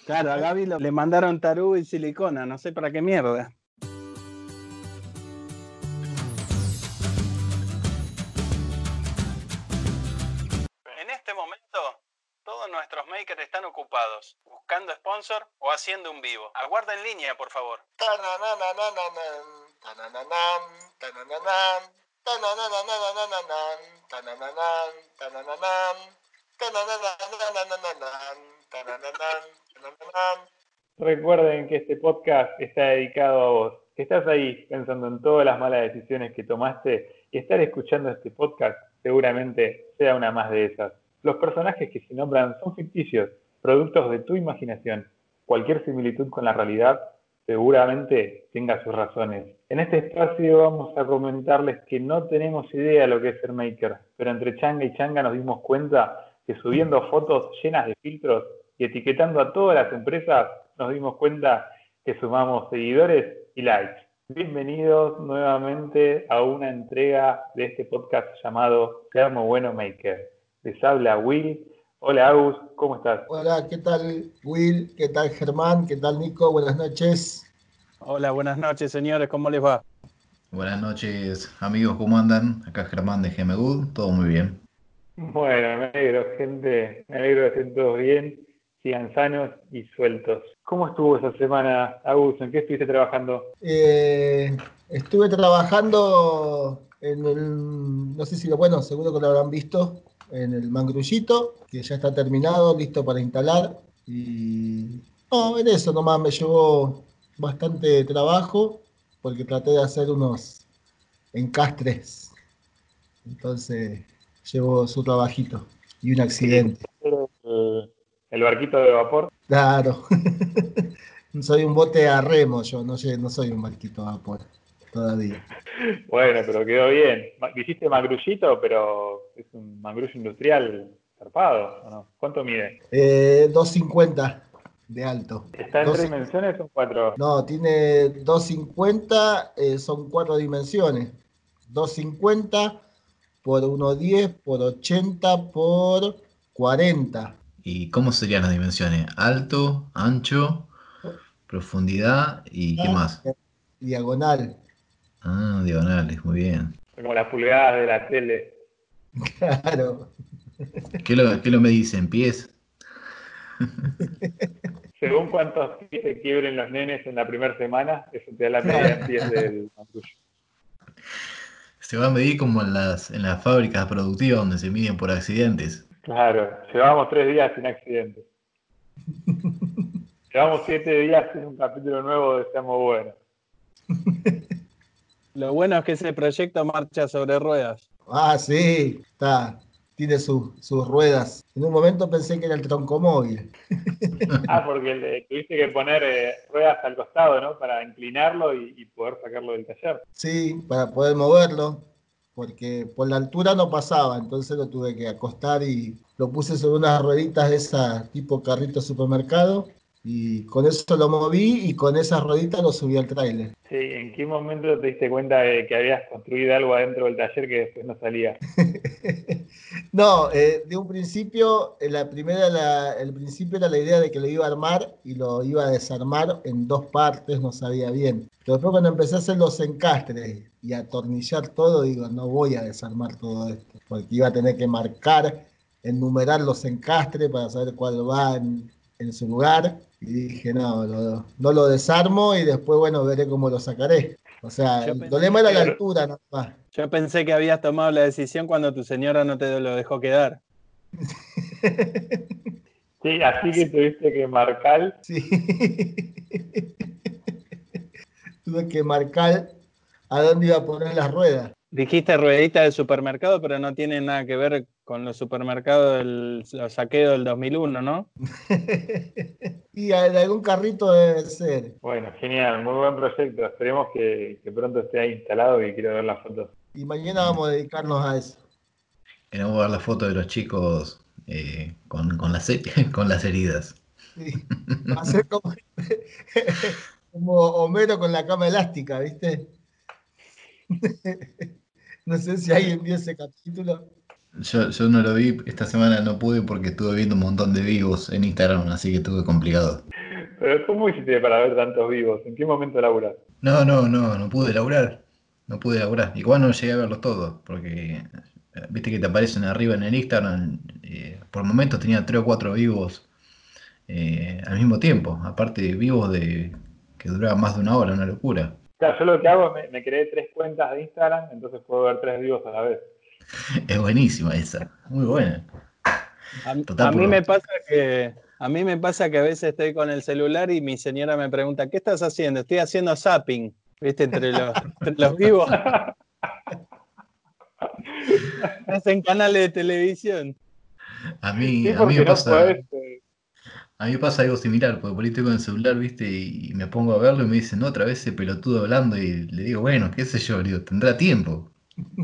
Claro, a Gaby le mandaron tarú y silicona, no sé para qué mierda. En este momento, todos nuestros makers están ocupados, buscando sponsor o haciendo un vivo. Aguarda en línea, por favor. Recuerden que este podcast está dedicado a vos, que estás ahí pensando en todas las malas decisiones que tomaste y estar escuchando este podcast seguramente sea una más de esas. Los personajes que se nombran son ficticios, productos de tu imaginación. Cualquier similitud con la realidad seguramente tenga sus razones. En este espacio vamos a comentarles que no tenemos idea de lo que es ser maker, pero entre changa y changa nos dimos cuenta que subiendo fotos llenas de filtros y etiquetando a todas las empresas nos dimos cuenta que sumamos seguidores y likes. Bienvenidos nuevamente a una entrega de este podcast llamado Germo Bueno Maker. Les habla Will. Hola Agus, ¿cómo estás? Hola, ¿qué tal Will? ¿Qué tal Germán? ¿Qué tal Nico? Buenas noches. Hola, buenas noches, señores, ¿cómo les va? Buenas noches, amigos, ¿cómo andan? Acá Germán de GMGood, todo muy bien. Bueno, me alegro, gente. Me alegro de que estén todos bien, sigan sanos y sueltos. ¿Cómo estuvo esa semana, Agus? ¿En qué estuviste trabajando? Estuve trabajando en el, no sé si bueno, seguro que lo habrán visto, en el mangrullito, que ya está terminado, listo para instalar. Y no, en eso nomás me llevó bastante trabajo, porque traté de hacer unos encastres. Entonces llevó su trabajito y un Sí, accidente. el barquito de vapor. Claro. Soy un bote a remo, yo no soy un barquito a vapor todavía. Bueno, pero quedó bien. Hiciste mangrullito, pero es un mangrullo industrial zarpado, ¿o no? ¿Cuánto mide? 250 de alto. ¿Está en 3 dimensiones o en 4? No, tiene 250, son 4 dimensiones. 250 por 1,10 por 80 por 40. ¿Y cómo serían las dimensiones? Alto, ancho, profundidad y ¿qué más? Diagonal. Ah, diagonales, muy bien. Como las pulgadas de la tele. Claro. ¿Qué lo medís en pies? Según cuántos pies se quiebren los nenes en la primera semana, eso te da la medida en pies del mangrullo. Se va a medir como en las fábricas productivas donde se miden por accidentes. Claro, llevamos 3 días sin accidentes. Llevamos 7 días sin un capítulo nuevo de Seamos Buenos. Lo bueno es que ese proyecto marcha sobre ruedas. Ah, sí, está. Tiene sus ruedas. En un momento pensé que era el troncomóvil. Ah, porque le tuviste que poner ruedas al costado, ¿no? Para inclinarlo y poder sacarlo del taller. Sí, para poder moverlo, porque por la altura no pasaba, entonces lo tuve que acostar y lo puse sobre unas rueditas de esa tipo carrito de supermercado y con eso lo moví y con esas rueditas lo subí al tráiler. Sí, ¿en qué momento te diste cuenta de que habías construido algo adentro del taller que después no salía? No, de un principio, el principio era la idea de que lo iba a armar y lo iba a desarmar en dos partes, no sabía bien. Pero después cuando empecé a hacer los encastres y a atornillar todo, digo, no voy a desarmar todo esto, porque iba a tener que marcar, enumerar los encastres para saber cuál va en su lugar. Y dije, no, no lo desarmo y después, bueno, veré cómo lo sacaré. O sea, Yo el pensé problema era la que, altura, nada más. Yo pensé que habías tomado la decisión cuando tu señora no te lo dejó quedar. sí, así que tuviste que marcar. Sí. Tuve que marcar a dónde iba a poner las ruedas. Dijiste ruedita de supermercado, pero no tiene nada que ver con los supermercados los saqueos del 2001, ¿no? Y de algún carrito debe ser. Bueno, genial, muy buen proyecto. Esperemos que pronto esté ahí instalado y quiero ver las fotos. Y mañana vamos a dedicarnos a eso. Queremos ver la foto de los chicos con las heridas. Sí. Va a ser como, como Homero con la cama elástica, ¿viste? No sé si alguien vio ese capítulo. Yo no lo vi, esta semana no pude porque estuve viendo un montón de vivos en Instagram, así que estuve complicado. Pero tú muy hiciste para ver tantos vivos. ¿En qué momento laburas? No pude laburar. No pude laburar. Igual no llegué a verlos todos, porque viste que te aparecen arriba en el Instagram. Por momentos tenía 3 o 4 vivos al mismo tiempo. Aparte, vivos de que duraban más de una hora, una locura. Claro, yo lo que hago es me creé 3 cuentas de Instagram, entonces puedo ver 3 vivos a la vez. Es buenísima esa, muy buena. Total A mí por... me pasa que a veces estoy con el celular y mi señora me pregunta, ¿qué estás haciendo? Estoy haciendo zapping, ¿viste? Entre los vivos. Estás en canales de televisión. Sí, A mí me porque no pasa, podés. a mí me pasa algo similar, porque por ahí estoy con el celular, viste, y me pongo a verlo y me dicen, no, otra vez ese pelotudo hablando, y le digo, bueno, qué sé yo, le digo, tendrá tiempo.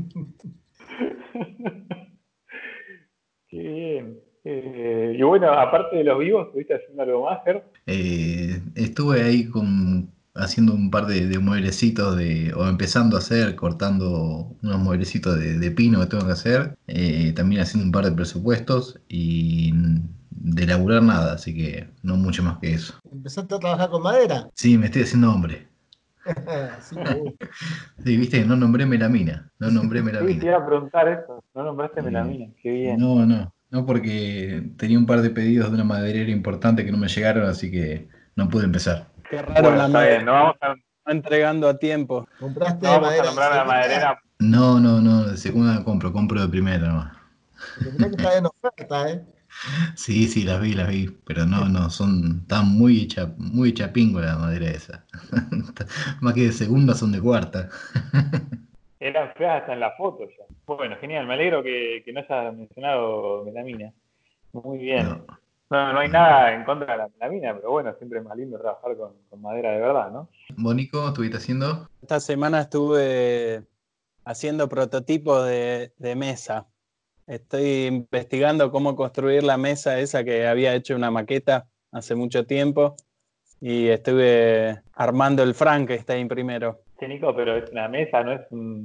Qué bien. Y bueno, aparte de los vivos, ¿estuviste haciendo algo más, Ger? Estuve ahí haciendo un par de mueblecitos o empezando a hacer, cortando unos mueblecitos de pino que tengo que hacer, también haciendo un par de presupuestos y de laburar nada, así que no mucho más que eso. ¿Empezaste a trabajar con madera? Sí, me estoy haciendo hombre. Así me gusta. Sí, viste que no nombré melamina, no nombré Sí, te melamina. iba a preguntar eso. No nombraste Eh, melamina. Qué bien. no porque tenía un par de pedidos de una maderera importante que no me llegaron, así que no pude empezar. Qué raro Bueno, una está madre bien. no entregando a tiempo. No ¿Compraste vamos a madera de nombrar a la segunda? maderera. No, de segunda no compro de primera nomás. Porque mirá que está en oferta, ¿eh? Sí, las vi, pero están muy hecha pingo la madera esa. Más que de segunda son de cuarta. Eran feas hasta en la foto ya. Bueno, genial. Me alegro que no hayas mencionado melamina. Muy bien. No, No hay no, no. nada en contra de la melamina, pero bueno, siempre es más lindo trabajar con madera de verdad, ¿no? Mónico, ¿estuviste haciendo? Esta semana estuve haciendo prototipos de mesa. Estoy investigando cómo construir la mesa esa que había hecho una maqueta hace mucho tiempo y estuve armando el Frankenstein primero. Sí, Nico, pero es una mesa, no es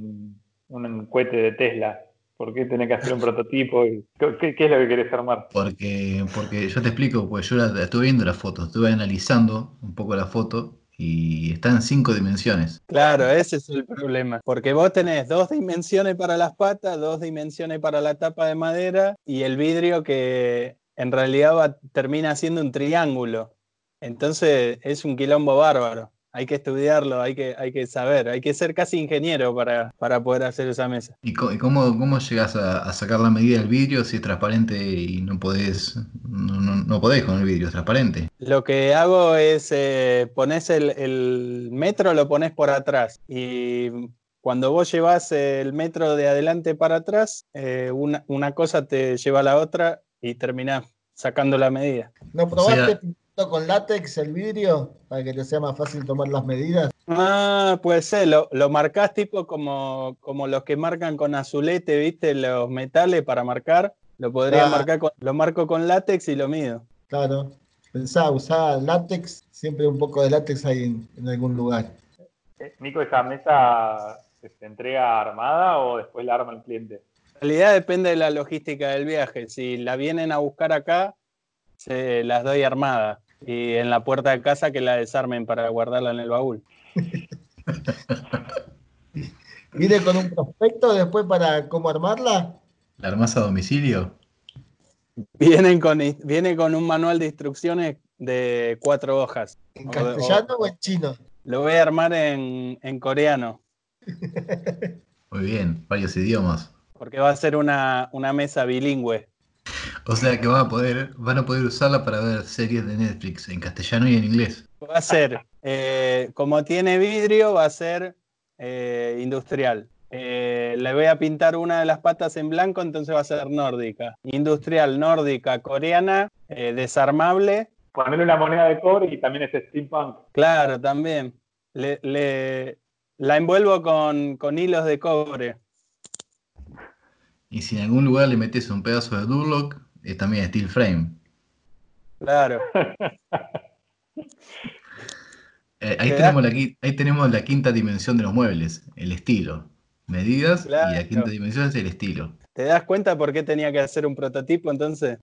un cohete de Tesla. ¿Por qué tenés que hacer un prototipo? ¿Qué es lo que querés armar? Porque yo te explico, pues yo la estuve viendo la foto, estuve analizando un poco la foto y está en 5 dimensiones. Claro, ese es el problema, porque vos tenés 2 dimensiones para las patas, 2 dimensiones para la tapa de madera y el vidrio que en realidad termina siendo un triángulo. Entonces es un quilombo bárbaro. Hay que estudiarlo, hay que saber, hay que ser casi ingeniero para poder hacer esa mesa. ¿Y cómo llegas a sacar la medida del vidrio si es transparente y no podés con el vidrio, es transparente? Lo que hago es pones el metro, lo pones por atrás y cuando vos llevas el metro de adelante para atrás, una cosa te lleva a la otra y terminás sacando la medida. ¿No O probaste sea, pintando con látex el vidrio para que te sea más fácil tomar las medidas? Ah, puede ser, lo marcás tipo como los que marcan con azulete, ¿viste? Los metales para marcar. Lo podría Claro, marcar lo marco con látex y lo mido. claro. Pensá, usá látex, siempre un poco de látex hay en algún lugar. Nico, ¿esa mesa se entrega armada o después la arma el cliente? En realidad depende de la logística del viaje. Si la vienen a buscar acá, se las doy armada. Y en la puerta de casa que la desarmen para guardarla en el baúl. ¿Viene con un prospecto después para cómo armarla? ¿la armás a domicilio? Viene con un manual de instrucciones de 4 hojas. ¿En castellano o en chino? Lo voy a armar en coreano, Muy bien, varios idiomas. porque va a ser una mesa bilingüe. O sea que van a poder usarla para ver series de Netflix en castellano y en inglés. Va a ser, como tiene vidrio, va a ser industrial. Le voy a pintar una de las patas en blanco, entonces va a ser nórdica. Industrial, nórdica, coreana, desarmable. Ponerle una moneda de cobre y también es steampunk. Claro, también. La envuelvo con hilos de cobre. Y si en algún lugar le metes un pedazo de Durlock, es también steel frame. Claro. Ahí ¿Te das? ahí tenemos la quinta dimensión de los muebles, el estilo. Medidas y la quinta Claro. dimensión es el estilo. ¿Te das cuenta por qué tenía que hacer un prototipo entonces?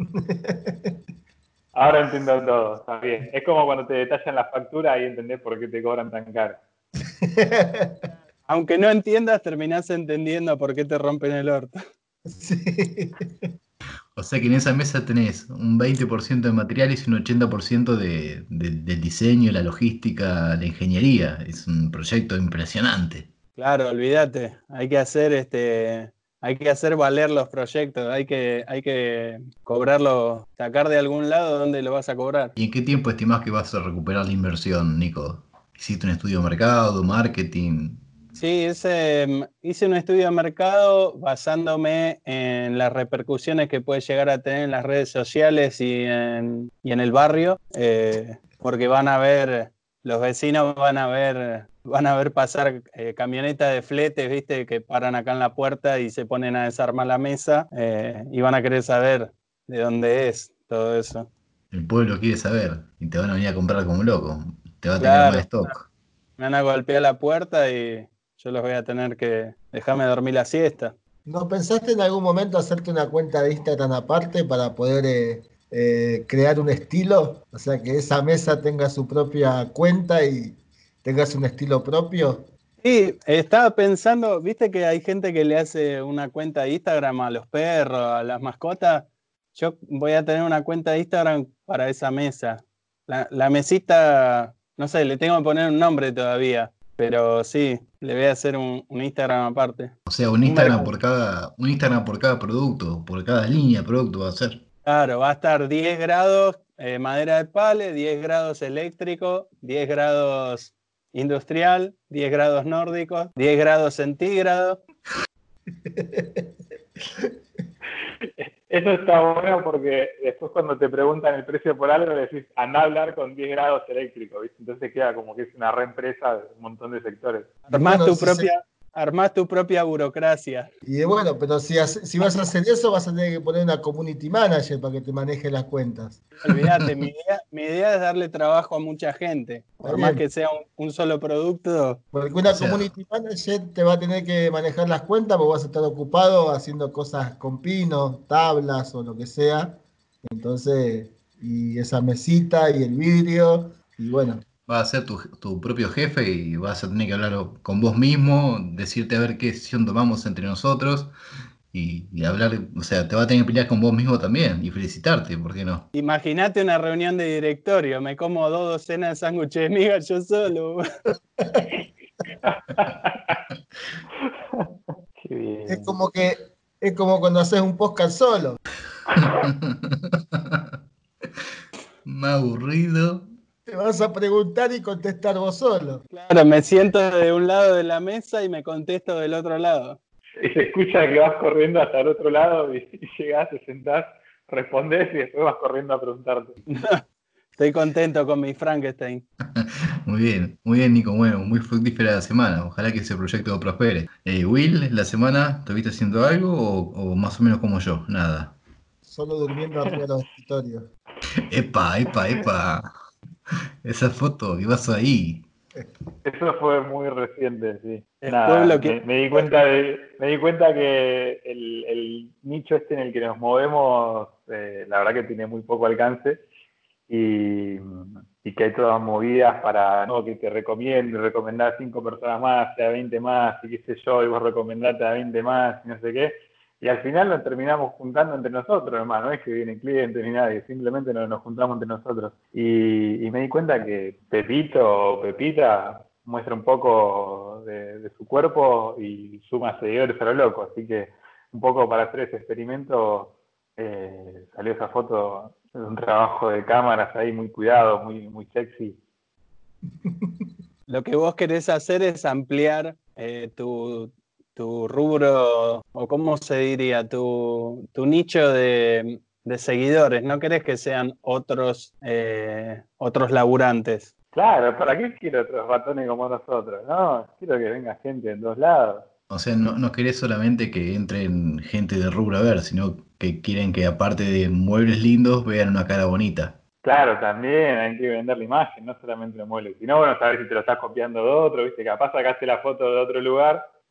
Ahora entiendo todo, está bien. Es como cuando te detallan la factura y entendés por qué te cobran tan caro. Aunque no entiendas, terminás entendiendo por qué te rompen el orto. Sí. O sea que en esa mesa tenés un 20% de materiales y un 80% del diseño, la logística, la ingeniería. Es un proyecto impresionante. Claro, olvídate. Hay que hacer valer los proyectos, hay que cobrarlo, sacar de algún lado donde lo vas a cobrar. ¿Y en qué tiempo estimás que vas a recuperar la inversión, Nico? ¿Hiciste un estudio de mercado, marketing? Sí, hice un estudio de mercado basándome en las repercusiones que puede llegar a tener en las redes sociales y en el barrio, porque los vecinos van a ver pasar camionetas de fletes, ¿viste? Que paran acá en la puerta y se ponen a desarmar la mesa, y van a querer saber de dónde es todo eso. El pueblo quiere saber y te van a venir a comprar como loco. Te va a tener más Claro, stock. me van a golpear la puerta y yo los voy a tener que dejarme dormir la siesta. ¿No pensaste en algún momento hacerte una cuenta de Instagram aparte para poder crear un estilo? O sea, que esa mesa tenga su propia cuenta y tengas un estilo propio. Sí, estaba pensando, viste que hay gente que le hace una cuenta de Instagram a los perros, a las mascotas. Yo voy a tener una cuenta de Instagram para esa mesa. La mesita, no sé, le tengo que poner un nombre todavía, pero sí, le voy a hacer un Instagram aparte. O sea, Un mercado. Un Instagram por cada producto, por cada línea de producto va a ser. Claro, va a estar 10 grados madera de pale, 10 grados eléctrico, 10 grados industrial, 10 grados nórdicos, 10 grados centígrados. Eso está bueno porque después cuando te preguntan el precio por algo le decís, anda a hablar con 10 grados eléctricos, ¿viste? Entonces queda como que es una reempresa de un montón de sectores. Y bueno, Armás tu propia burocracia. bueno, pero si vas a hacer eso, vas a tener que poner una community manager para que te maneje las cuentas. Olvídate, mi idea es darle trabajo a mucha gente. Está Por más bien, que sea un solo producto. porque O una sea, community manager te va a tener que manejar las cuentas porque vas a estar ocupado haciendo cosas con pinos, tablas o lo que sea. Entonces, y esa mesita y el vidrio, y bueno, vas a ser tu propio jefe y vas a tener que hablar con vos mismo, decirte a ver qué decisión tomamos entre nosotros y hablar, o sea, te va a tener que pelear con vos mismo también y felicitarte, ¿por qué no? Imagínate una reunión de directorio, me como 2 docenas de sándwiches de miga yo solo. Qué es bien. como que es como cuando haces un podcast solo. Más aburrido. Te vas a preguntar y contestar vos solo. Claro, me siento de un lado de la mesa y me contesto del otro lado. Y se escucha que vas corriendo hasta el otro lado y llegás, te sentás, respondés y después vas corriendo a preguntarte. Estoy contento con mi Frankenstein. Muy bien, Nico. Bueno, muy fructífera la semana. Ojalá que ese proyecto prospere. Will, ¿la semana estuviste haciendo algo o más o menos como yo? Nada. Solo durmiendo arriba de los escritorios. Epa, epa, epa. Esa foto, ¿qué pasó ahí? Eso fue muy reciente, sí. El Nada, pueblo que... me di cuenta que el nicho este en el que nos movemos, la verdad que tiene muy poco alcance y, y que hay todas movidas para, no, que te recomiendo, recomendar a 5 personas más, a 20 más, y qué sé yo, y vos recomendate a 20 más, y no sé qué. Y al final nos terminamos juntando entre nosotros, hermano, no es que vienen clientes ni nadie, simplemente nos juntamos entre nosotros. Y me di cuenta que Pepito o Pepita muestra un poco de su cuerpo y suma seguidores a lo loco, así que un poco para hacer ese experimento salió esa foto de un trabajo de cámaras ahí muy cuidado, muy sexy. Lo que vos querés hacer es ampliar tu rubro, o cómo se diría, tu nicho de seguidores. No querés que sean otros laburantes. Claro, ¿para qué quiero otros ratones como nosotros? No, quiero que venga gente de todos lados. O sea, no querés solamente que entren gente de rubro a ver, sino que quieren que aparte de muebles lindos vean una cara bonita. Claro, también hay que vender la imagen, no solamente los muebles. Si no, bueno, saber si te lo estás copiando de otro, viste, capaz sacaste la foto de otro lugar,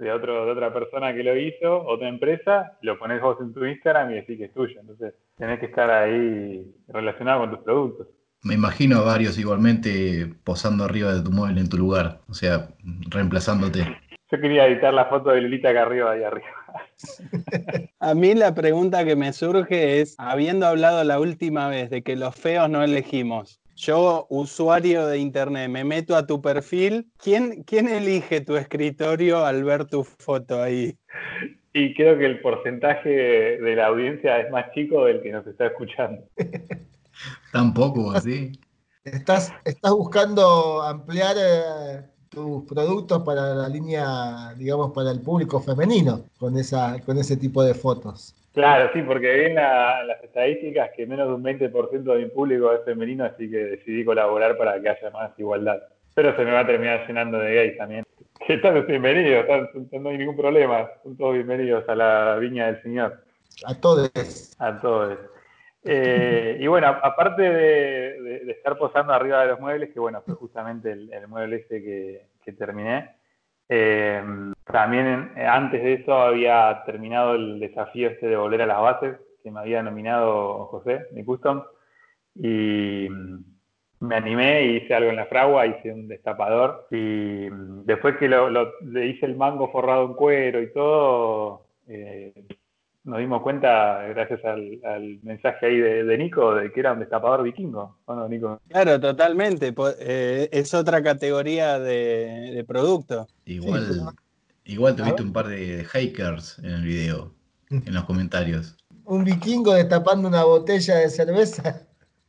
de otra persona que lo hizo, otra empresa, lo pones vos en tu Instagram y decís que es tuyo. Entonces tenés que estar ahí relacionado con tus productos. Me imagino a varios igualmente posando arriba de tu móvil en tu lugar, o sea, reemplazándote. Yo quería editar la foto de Lulita acá arriba, ahí arriba. A mí la pregunta que me surge es, habiendo hablado la última vez de que los feos no elegimos, yo, usuario de internet, me meto a tu perfil, ¿quién elige tu escritorio al ver tu foto ahí? Y creo que el porcentaje de la audiencia es más chico del que nos está escuchando. Tampoco así. Estás buscando ampliar tus productos para la línea, digamos, para el público femenino con ese tipo de fotos. Claro, sí, porque vi en las estadísticas que menos de un 20% de mi público es femenino, así que decidí colaborar para que haya más igualdad. Pero se me va a terminar llenando de gays también. Que están bienvenidos, no hay ningún problema. Son todos bienvenidos a la viña del Señor. A todos. A todos. Y bueno, aparte de estar posando arriba de los muebles, que bueno, fue justamente el mueble ese que terminé, también antes de eso había terminado el desafío este de volver a las bases, que me había nominado José, mi custom, y me animé y hice algo en la fragua, hice un destapador, y después que le hice el mango forrado en cuero y todo, nos dimos cuenta, gracias al mensaje ahí de Nico, de que era un destapador vikingo, ¿o no, Nico? Claro, totalmente. Es otra categoría de producto. Igual tuviste un par de haters en el video, en los comentarios. Un vikingo destapando una botella de cerveza.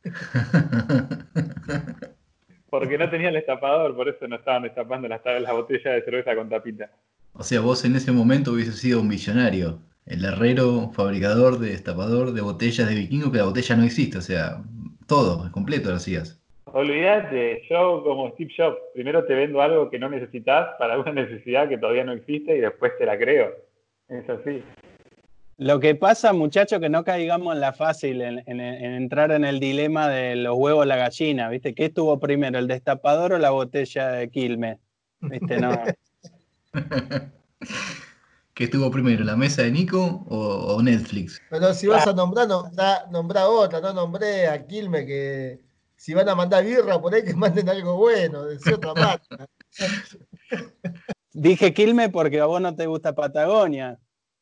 Porque no tenía el destapador, por eso no estaban destapando las botellas de cerveza con tapita. O sea, vos en ese momento hubieses sido un visionario. El herrero, fabricador de destapador de botellas de vikingo, que la botella no existe. O sea, todo, completo lo hacías. Olvídate, yo como Steve Jobs, primero te vendo algo que no necesitas para una necesidad que todavía no existe y después te la creo. Es así. Lo que pasa, muchachos, que no caigamos en la fácil, en entrar en el dilema de los huevos o la gallina, ¿viste? ¿Qué estuvo primero, el destapador o la botella de Quilmes? ¿Viste? No. ¿Qué estuvo primero, la mesa de Nico o Netflix? Pero si vas a nombrar, nombrá otra, no nombré a Quilme, que si van a mandar birra por ahí que manden algo bueno, decía otra marca. Dije Quilmes porque a vos no te gusta Patagonia.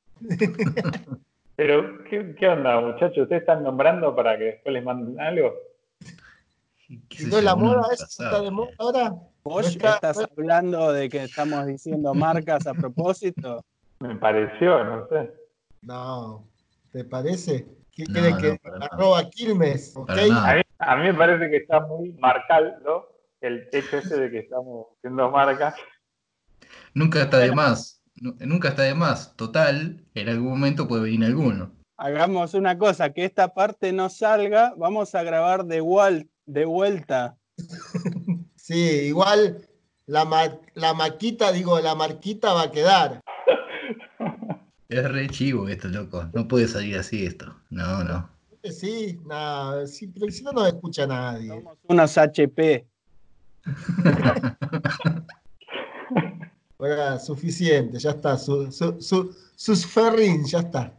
Pero, ¿qué onda, muchachos? ¿Ustedes están nombrando para que después les manden algo? ¿Y no es la moda esa? ¿Está de moda ahora? ¿Vos ¿No estás hablando de que estamos diciendo marcas a propósito? Me pareció, no sé. No, ¿te parece? ¿Qué No, quiere no, que para nada. arroba Quilmes? ¿Ok? Para nada. A mí me parece que está muy marcado el hecho ese de que estamos haciendo marcas. Nunca está de más. Nunca está de más. Total, en algún momento puede venir alguno. Hagamos una cosa, que esta parte no salga, vamos a grabar de vuelta. Sí, igual la marquita va a quedar. Es re chivo esto, loco. No puede salir así esto. No, no. Sí, nada, sí, pero si no nos escucha nadie. Somos unos HP. Bueno, suficiente, ya está. Sus ferrín, ya está.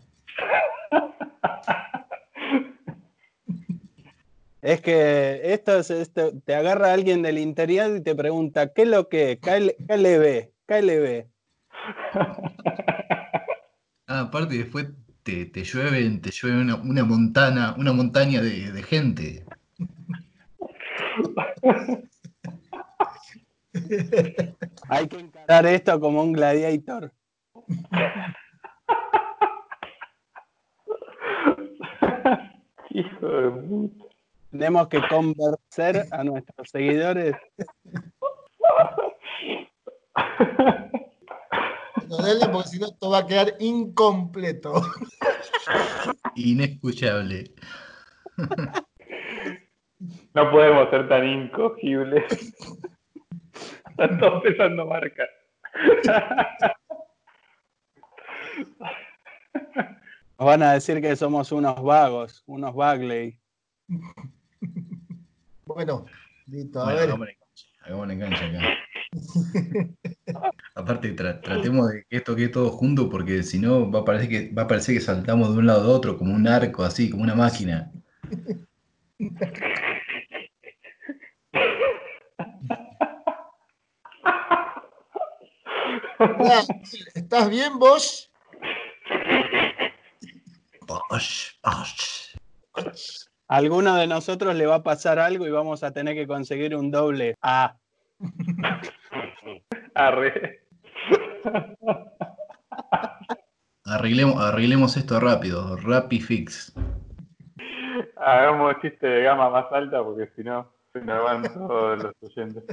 Es que esto te agarra alguien del interior y te pregunta, ¿qué es lo que? KLB. Aparte después te llueve una montaña de gente. Hay que encarar esto como un gladiator. Hijo de puta. Tenemos que convencer a nuestros seguidores. No denle porque si no esto va a quedar incompleto. Inescuchable. No podemos ser tan incogibles. Están todos pesando marcas. Nos van a decir que somos unos vagos, unos Bagley. Bueno, listo, a Bueno, ver. hagámosle cancha acá. Aparte, tratemos de que esto quede todo junto, porque si no va a parecer que saltamos de un lado a otro como un arco, así, como una máquina. Ah, ¿estás bien vos? Bosh, bosh. A alguno de nosotros le va a pasar algo y vamos a tener que conseguir un doble A. Arre. Arreglemos esto rápido, Rapid Fix. Hagamos chiste de gama más alta porque si no se nos van todos los oyentes.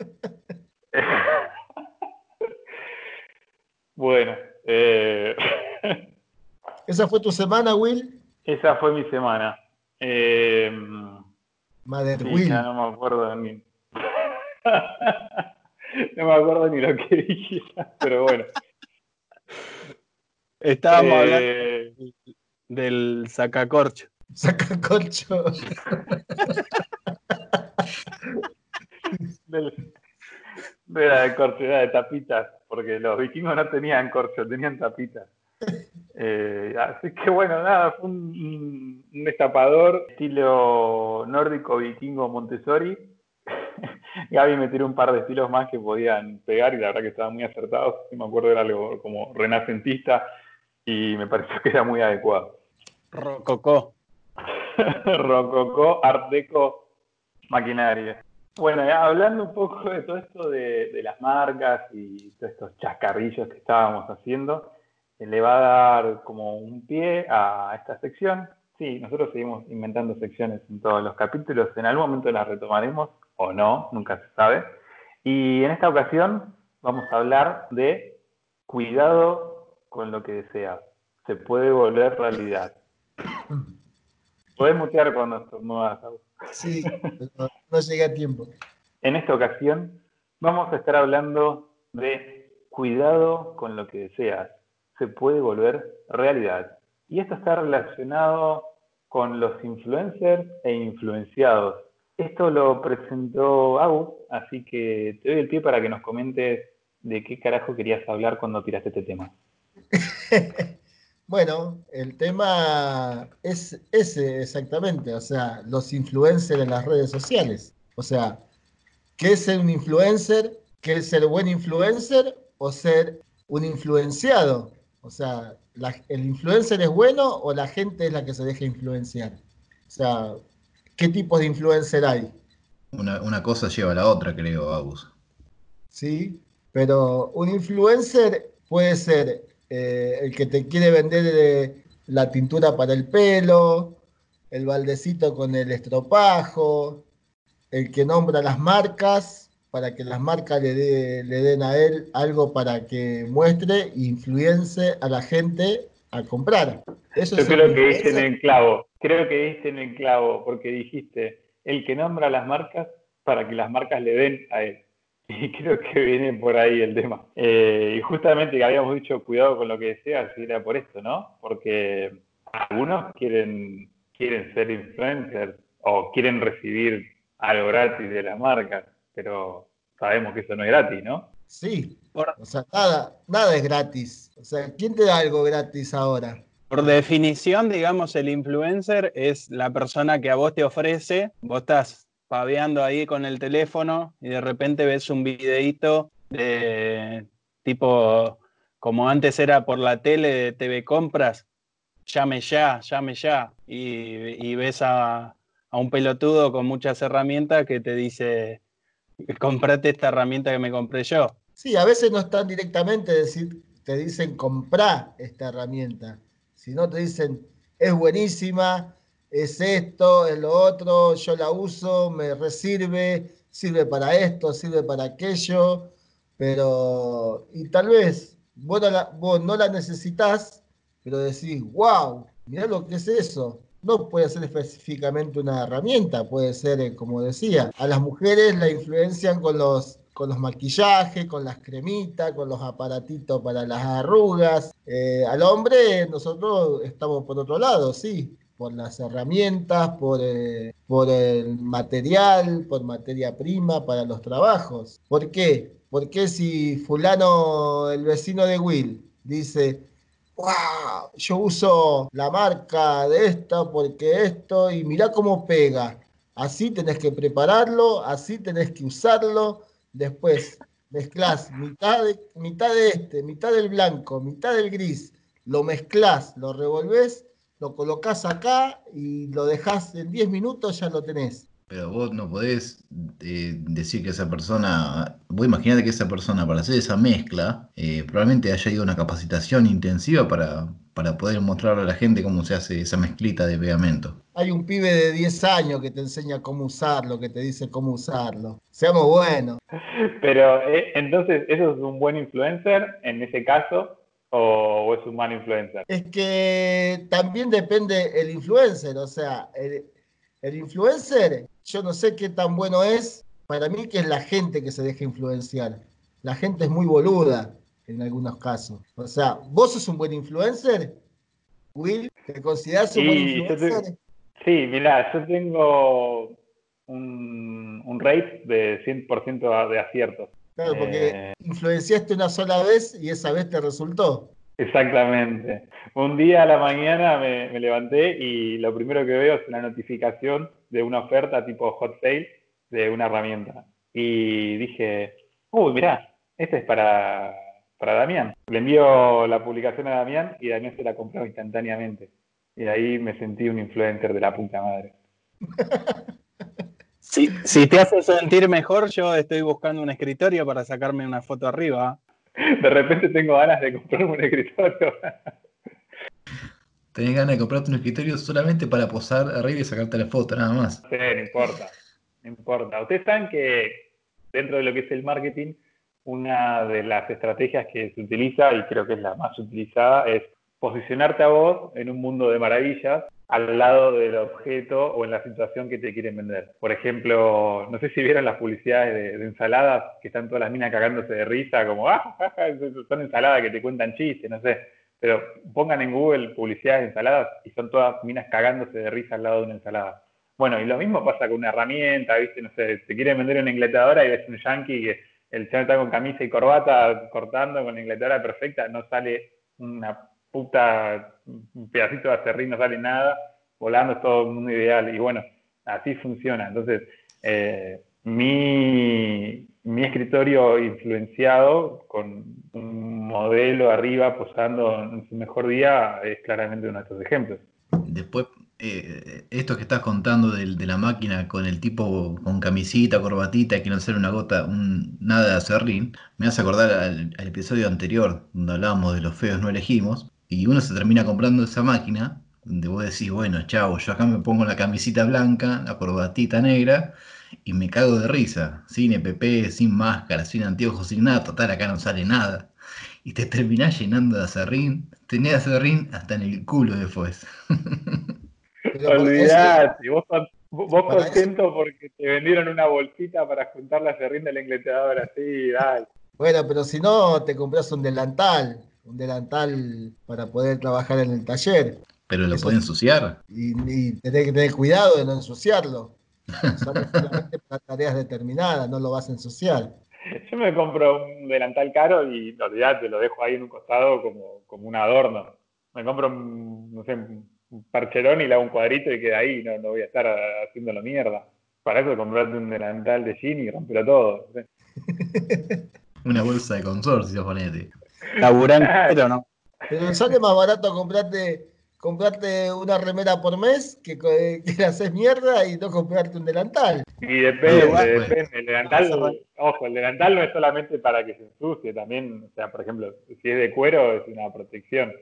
Bueno, ¿Esa fue tu semana, Will? esa fue mi semana. Mother Sí, Will. ya no me acuerdo ni. No me acuerdo ni lo que dije, pero bueno. Estábamos hablando del sacacorcho. Saca corcho. De corcho, era de tapitas, porque los vikingos no tenían corcho, tenían tapitas. Así que bueno, nada, fue un destapador estilo nórdico, vikingo, Montessori. Gaby me tiró un par de estilos más que podían pegar y la verdad que estaban muy acertados. Si me acuerdo era algo como renacentista y me pareció que era muy adecuado. Rococó. Rococó, art deco, maquinaria. Bueno, hablando un poco de todo esto de las marcas y todos estos chascarrillos que estábamos haciendo, le va a dar como un pie a esta sección. Sí, nosotros seguimos inventando secciones en todos los capítulos, en algún momento las retomaremos o no, nunca se sabe. Y en esta ocasión vamos a hablar de cuidado con lo que deseas. Se puede volver realidad. Podés mutear cuando estornudas. Sí, pero no llegué a tiempo. En esta ocasión vamos a estar hablando de cuidado con lo que deseas. Se puede volver realidad. Y esto está relacionado con los influencers e influenciados. Esto lo presentó Agus, así que te doy el pie para que nos comentes de qué carajo querías hablar cuando tiraste este tema. Bueno, el tema es ese exactamente, o sea, los influencers en las redes sociales. O sea, ¿qué es ser un influencer? ¿Qué es ser buen influencer o ser un influenciado? O sea, ¿el influencer es bueno o la gente es la que se deja influenciar? O sea, ¿qué tipos de influencer hay? Una cosa lleva a la otra, creo, Agus. ¿Sí? Pero un influencer puede ser el que te quiere vender la tintura para el pelo, el baldecito con el estropajo, el que nombra las marcas para que las marcas le den a él algo para que muestre e influencie a la gente a comprar. Eso Yo es un creo que diste en influencer. el clavo. Creo que diste en el clavo porque dijiste el que nombra las marcas para que las marcas le den a él. Y creo que viene por ahí el tema. Y justamente que habíamos dicho cuidado con lo que deseas, y era por esto, ¿no? Porque algunos quieren ser influencers o quieren recibir algo gratis de las marcas, pero sabemos que eso no es gratis, ¿no? Sí, Por, o sea, nada es gratis. O sea, ¿quién te da algo gratis ahora? por definición, digamos, el influencer es la persona que a vos te ofrece, vos estás paveando ahí con el teléfono y de repente ves un videíto de tipo, como antes era por la tele de TV Compras, llame ya, y ves a un pelotudo con muchas herramientas que te dice, comprate esta herramienta que me compré yo. Sí, a veces no están directamente decir, te dicen comprar esta herramienta, sino te dicen es buenísima, es esto, es lo otro, yo la uso, me resirve, sirve para esto, sirve para aquello, pero y tal vez vos no la necesitas, pero decís, wow, mirá lo que es eso. No puede ser específicamente una herramienta, puede ser, como decía, a las mujeres la influencian con los maquillajes, con las cremitas, con los aparatitos para las arrugas. Al hombre nosotros estamos por otro lado, sí. por las herramientas, por el material, por materia prima para los trabajos. ¿Por qué? Porque si fulano, el vecino de Will, dice, wow, yo uso la marca de esta porque esto, y mirá cómo pega. Así tenés que prepararlo, así tenés que usarlo. Después mezclás mitad de este, mitad del blanco, mitad del gris. Lo mezclás, lo revolvés, lo colocás acá y lo dejás en 10 minutos, ya lo tenés. Pero vos no podés decir que esa persona, vos imaginate que esa persona para hacer esa mezcla probablemente haya ido a una capacitación intensiva para poder mostrarle a la gente cómo se hace esa mezclita de pegamento. Hay un pibe de 10 años que te enseña cómo usarlo, que te dice cómo usarlo. Seamos buenos. Pero entonces, ¿eso es un buen influencer en ese caso o es un mal influencer? Es que también depende el influencer, o sea, el influencer, yo no sé qué tan bueno es, para mí que es la gente que se deja influenciar. La gente es muy boluda en algunos casos. O sea, ¿vos sos un buen influencer, Will? ¿Te considerás un buen Y influencer? sí, mirá, yo tengo un rate de 100% de aciertos. Claro, porque influenciaste una sola vez y esa vez te resultó. Exactamente. Un día a la mañana me levanté y lo primero que veo es una notificación de una oferta tipo hot sale de una herramienta. Y dije, uy, mirá, este es para Damián. Le envío la publicación a Damián y Damián se la compró instantáneamente. Y ahí me sentí un influencer de la puta madre. Si te hace sentir mejor, yo estoy buscando un escritorio para sacarme una foto arriba. De repente tengo ganas de comprarme un escritorio. Tenés ganas de comprarte un escritorio solamente para posar arriba y sacarte la foto, nada más. Sí, no importa, no importa. Ustedes saben que dentro de lo que es el marketing, una de las estrategias que se utiliza, y creo que es la más utilizada, es posicionarte a vos en un mundo de maravillas al lado del objeto o en la situación que te quieren vender. Por ejemplo, no sé si vieron las publicidades de ensaladas, que están todas las minas cagándose de risa, como, son ensaladas que te cuentan chistes, no sé. Pero pongan en Google publicidades de ensaladas y son todas minas cagándose de risa al lado de una ensalada. Bueno, y lo mismo pasa con una herramienta, ¿viste? No sé, te quieren vender una ingletadora y ves un yankee que el señor está con camisa y corbata cortando con la ingletadora perfecta, no sale una puta, un pedacito de acerrín, no sale nada, volando es todo un mundo ideal. Y bueno, así funciona. Entonces, mi escritorio influenciado con un modelo arriba posando en su mejor día es claramente uno de estos ejemplos. Después, esto que estás contando de la máquina con el tipo con camisita, corbatita, que no sale una gota, nada de acerrín, me hace acordar al episodio anterior, donde hablábamos de los feos no elegimos, y uno se termina comprando esa máquina, donde vos decís, bueno, chavo, yo acá me pongo la camisita blanca, la corbatita negra, y me cago de risa, sin EPP, sin máscara, sin anteojos, sin nada, total, acá no sale nada. Y te terminás llenando de acerrín, tenés acerrín hasta en el culo después. Pero Olvidate, vos para eso, contento porque te vendieron una bolsita para juntar la serrín de la ingletadora, sí, dale. bueno, pero si no, te compras un delantal para poder trabajar en el taller. Pero lo Eso puede sí, ensuciar. y tenés que tener cuidado de no ensuciarlo. Usarlo solamente para tareas determinadas, no lo vas a ensuciar. Yo me compro un delantal caro y olvidate, lo dejo ahí en un costado como un adorno. Me compro no sé, un parcherón y le hago un cuadrito y queda ahí, no voy a estar haciéndolo mierda. Para eso comprarte un delantal de jean y rompelo todo. ¿Sí? Una bolsa de consorcio, ponete. Laburante, ¿no? Pero sale más barato comprarte una remera por mes que le haces mierda y no comprarte un delantal. Y No, depende, Igual, después. depende. El delantal, ojo, el delantal no es solamente para que se ensucie, también, o sea, por ejemplo, si es de cuero es una protección.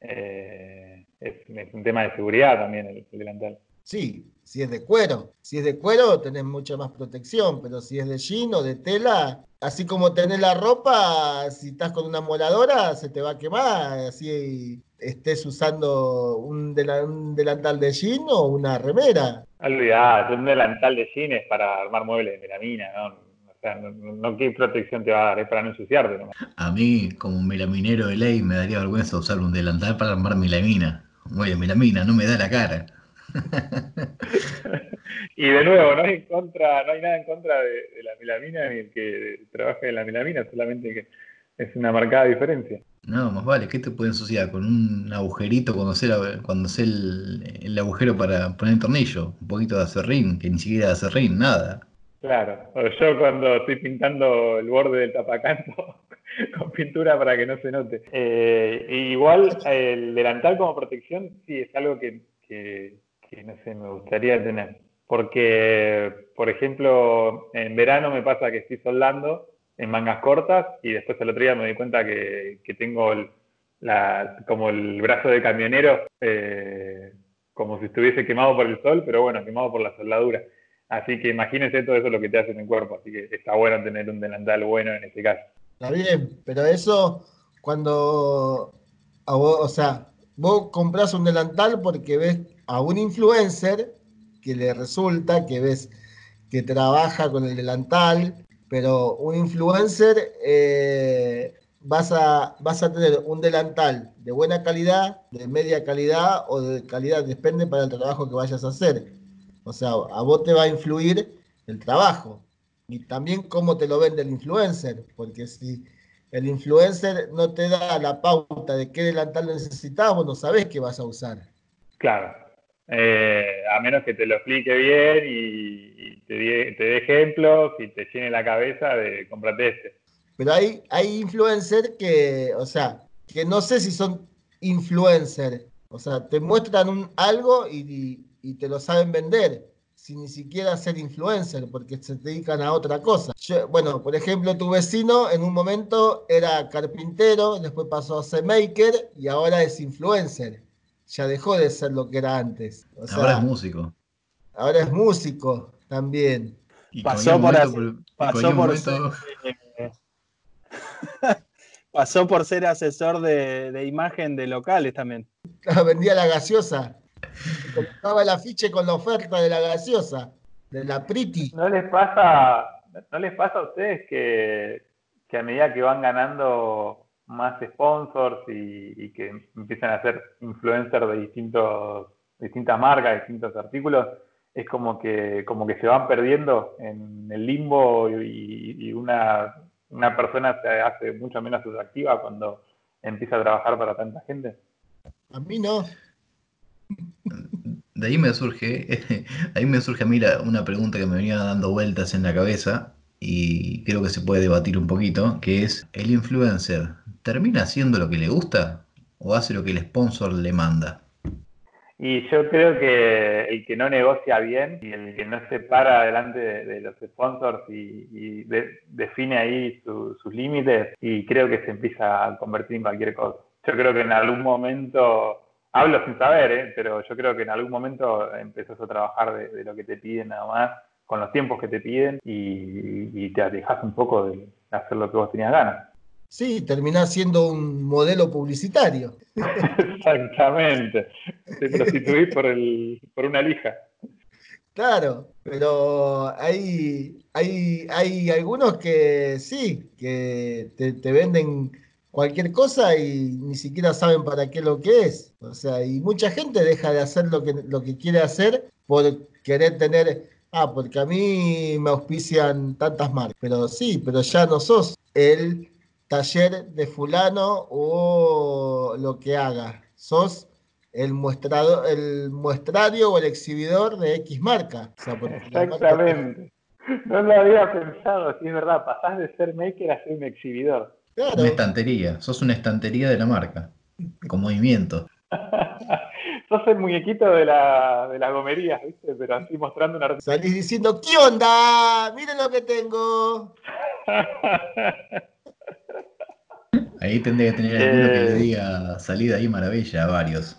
Es un tema de seguridad también el delantal. Sí, si es de cuero. Si es de cuero tenés mucha más protección, pero si es de jean o de tela, así como tenés la ropa, si estás con una moladora se te va a quemar, así estés usando un delantal de jean o una remera. Olvidate, un delantal de jean es para armar muebles de melamina, ¿no? O sea, no qué protección te va a dar, es para no ensuciarte nomás. A mí, como melaminero de ley, me daría vergüenza usar un delantal para armar melamina. Oye, melamina, no me da la cara. Y de nuevo, no hay nada en contra de la melamina ni el que trabaje en la melamina, solamente que es una marcada diferencia. No, más vale, ¿qué te puede ensuciar? Con un agujerito cuando sé el agujero para poner el tornillo, un poquito de acerrín, que ni siquiera de acerrín, nada. Claro, o yo cuando estoy pintando el borde del tapacanto con pintura para que no se note. Igual el delantal como protección sí es algo que no sé, me gustaría tener. Porque, por ejemplo, en verano me pasa que estoy soldando en mangas cortas y después el otro día me di cuenta que tengo como el brazo de camionero, como si estuviese quemado por el sol, pero bueno, quemado por la soldadura. Así que imagínense todo eso lo que te hace en el cuerpo. Así que está bueno tener un delantal bueno en este caso. Está bien, pero eso cuando, o sea, vos compras un delantal porque ves a un influencer que le resulta, que ves que trabaja con el delantal, pero un influencer vas a tener un delantal de buena calidad, de media calidad o de calidad, depende para el trabajo que vayas a hacer. O sea, a vos te va a influir el trabajo y también cómo te lo vende el influencer, porque si el influencer no te da la pauta de qué delantal necesitas, vos no sabés qué vas a usar. Claro. A menos que te lo explique bien y te dé ejemplos y te llene la cabeza de cómprate este. Pero hay influencers que, o sea, que no sé si son influencers. O sea, te muestran algo y te lo saben vender, sin ni siquiera ser influencer, porque se dedican a otra cosa. Bueno, por ejemplo, tu vecino en un momento era carpintero, después pasó a ser maker y ahora es influencer. Ya dejó de ser lo que era antes. O Ahora es sea, músico. ahora es músico también. Y Pasó por, pasó cualquier por ser, momento, eh, pasó por ser asesor de imagen de locales también. Vendía la gaseosa. Colocaba el afiche con la oferta de la gaseosa, de la Priti. ¿No les pasa a ustedes que a medida que van ganando más sponsors y que empiezan a ser influencers de distintas marcas, distintos artículos, es como que se van perdiendo en el limbo y una persona se hace mucho menos atractiva cuando empieza a trabajar para tanta gente? A mí no. de ahí me surge, de ahí me surge a mí una pregunta que me venía dando vueltas en la cabeza y creo que se puede debatir un poquito, que es, ¿el influencer termina haciendo lo que le gusta o hace lo que el sponsor le manda? Y yo creo que el que no negocia bien y el que no se para delante de los sponsors define ahí sus límites y creo que se empieza a convertir en cualquier cosa. Yo creo que en algún momento, hablo sin saber, pero yo creo que en algún momento empezás a trabajar de lo que te piden nada más, con los tiempos que te piden y te alejas un poco de hacer lo que vos tenías ganas. Sí, terminás siendo un modelo publicitario. Exactamente. Te prostituís por una lija. Claro, pero hay algunos que sí, que te venden cualquier cosa y ni siquiera saben para qué lo que es. O sea, y mucha gente deja de hacer lo que quiere hacer por querer tener, porque a mí me auspician tantas marcas. Pero sí, pero ya no sos el taller de fulano o lo que haga. Sos el muestrario o el exhibidor de X marca. O sea, porque la marca Exactamente. No lo había pensado, sí es verdad, pasás de ser maker a ser un exhibidor. Una claro, estantería, sos una estantería de la marca, con movimiento. Sos el muñequito de las gomerías, ¿viste? Pero así mostrando un artista. salís diciendo, ¿qué onda? Miren lo que tengo. Ahí tendría que tener alguno que le diga salida ahí maravilla a varios.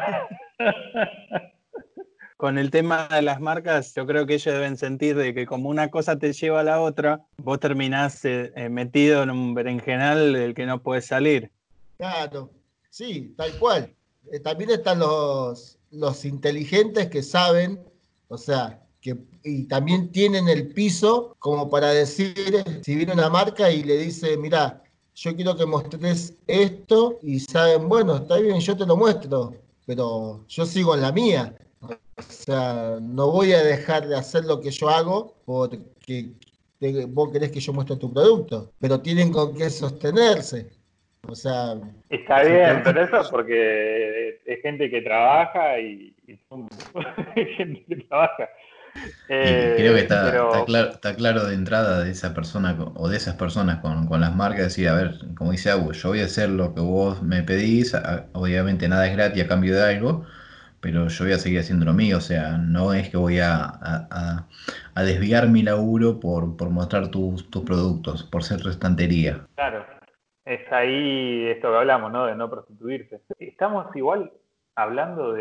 Con el tema de las marcas, yo creo que ellos deben sentir de que como una cosa te lleva a la otra, vos terminás metido en un berenjenal del que no puedes salir. Claro, sí, tal cual. También están los inteligentes que saben, o sea, y también tienen el piso como para decir, si viene una marca y le dice, mira, yo quiero que mostres esto, y saben, bueno, está bien, yo te lo muestro, pero yo sigo en la mía. O sea, no voy a dejar de hacer lo que yo hago porque vos querés que yo muestre tu producto, pero tienen con qué sostenerse. O sea, Está si el bien, producto... pero eso porque es gente que trabaja y punto. Es gente que trabaja. Y creo que Pero está claro de entrada de esa persona o de esas personas con las marcas, decir, a ver, como dice Agus, yo voy a hacer lo que vos me pedís, obviamente nada es gratis a cambio de algo, pero yo voy a seguir haciendo lo mío, o sea, no es que voy a desviar mi laburo por mostrar tus productos, por ser tu estantería. claro, es ahí esto que hablamos, ¿no? De no prostituirse. Estamos igual hablando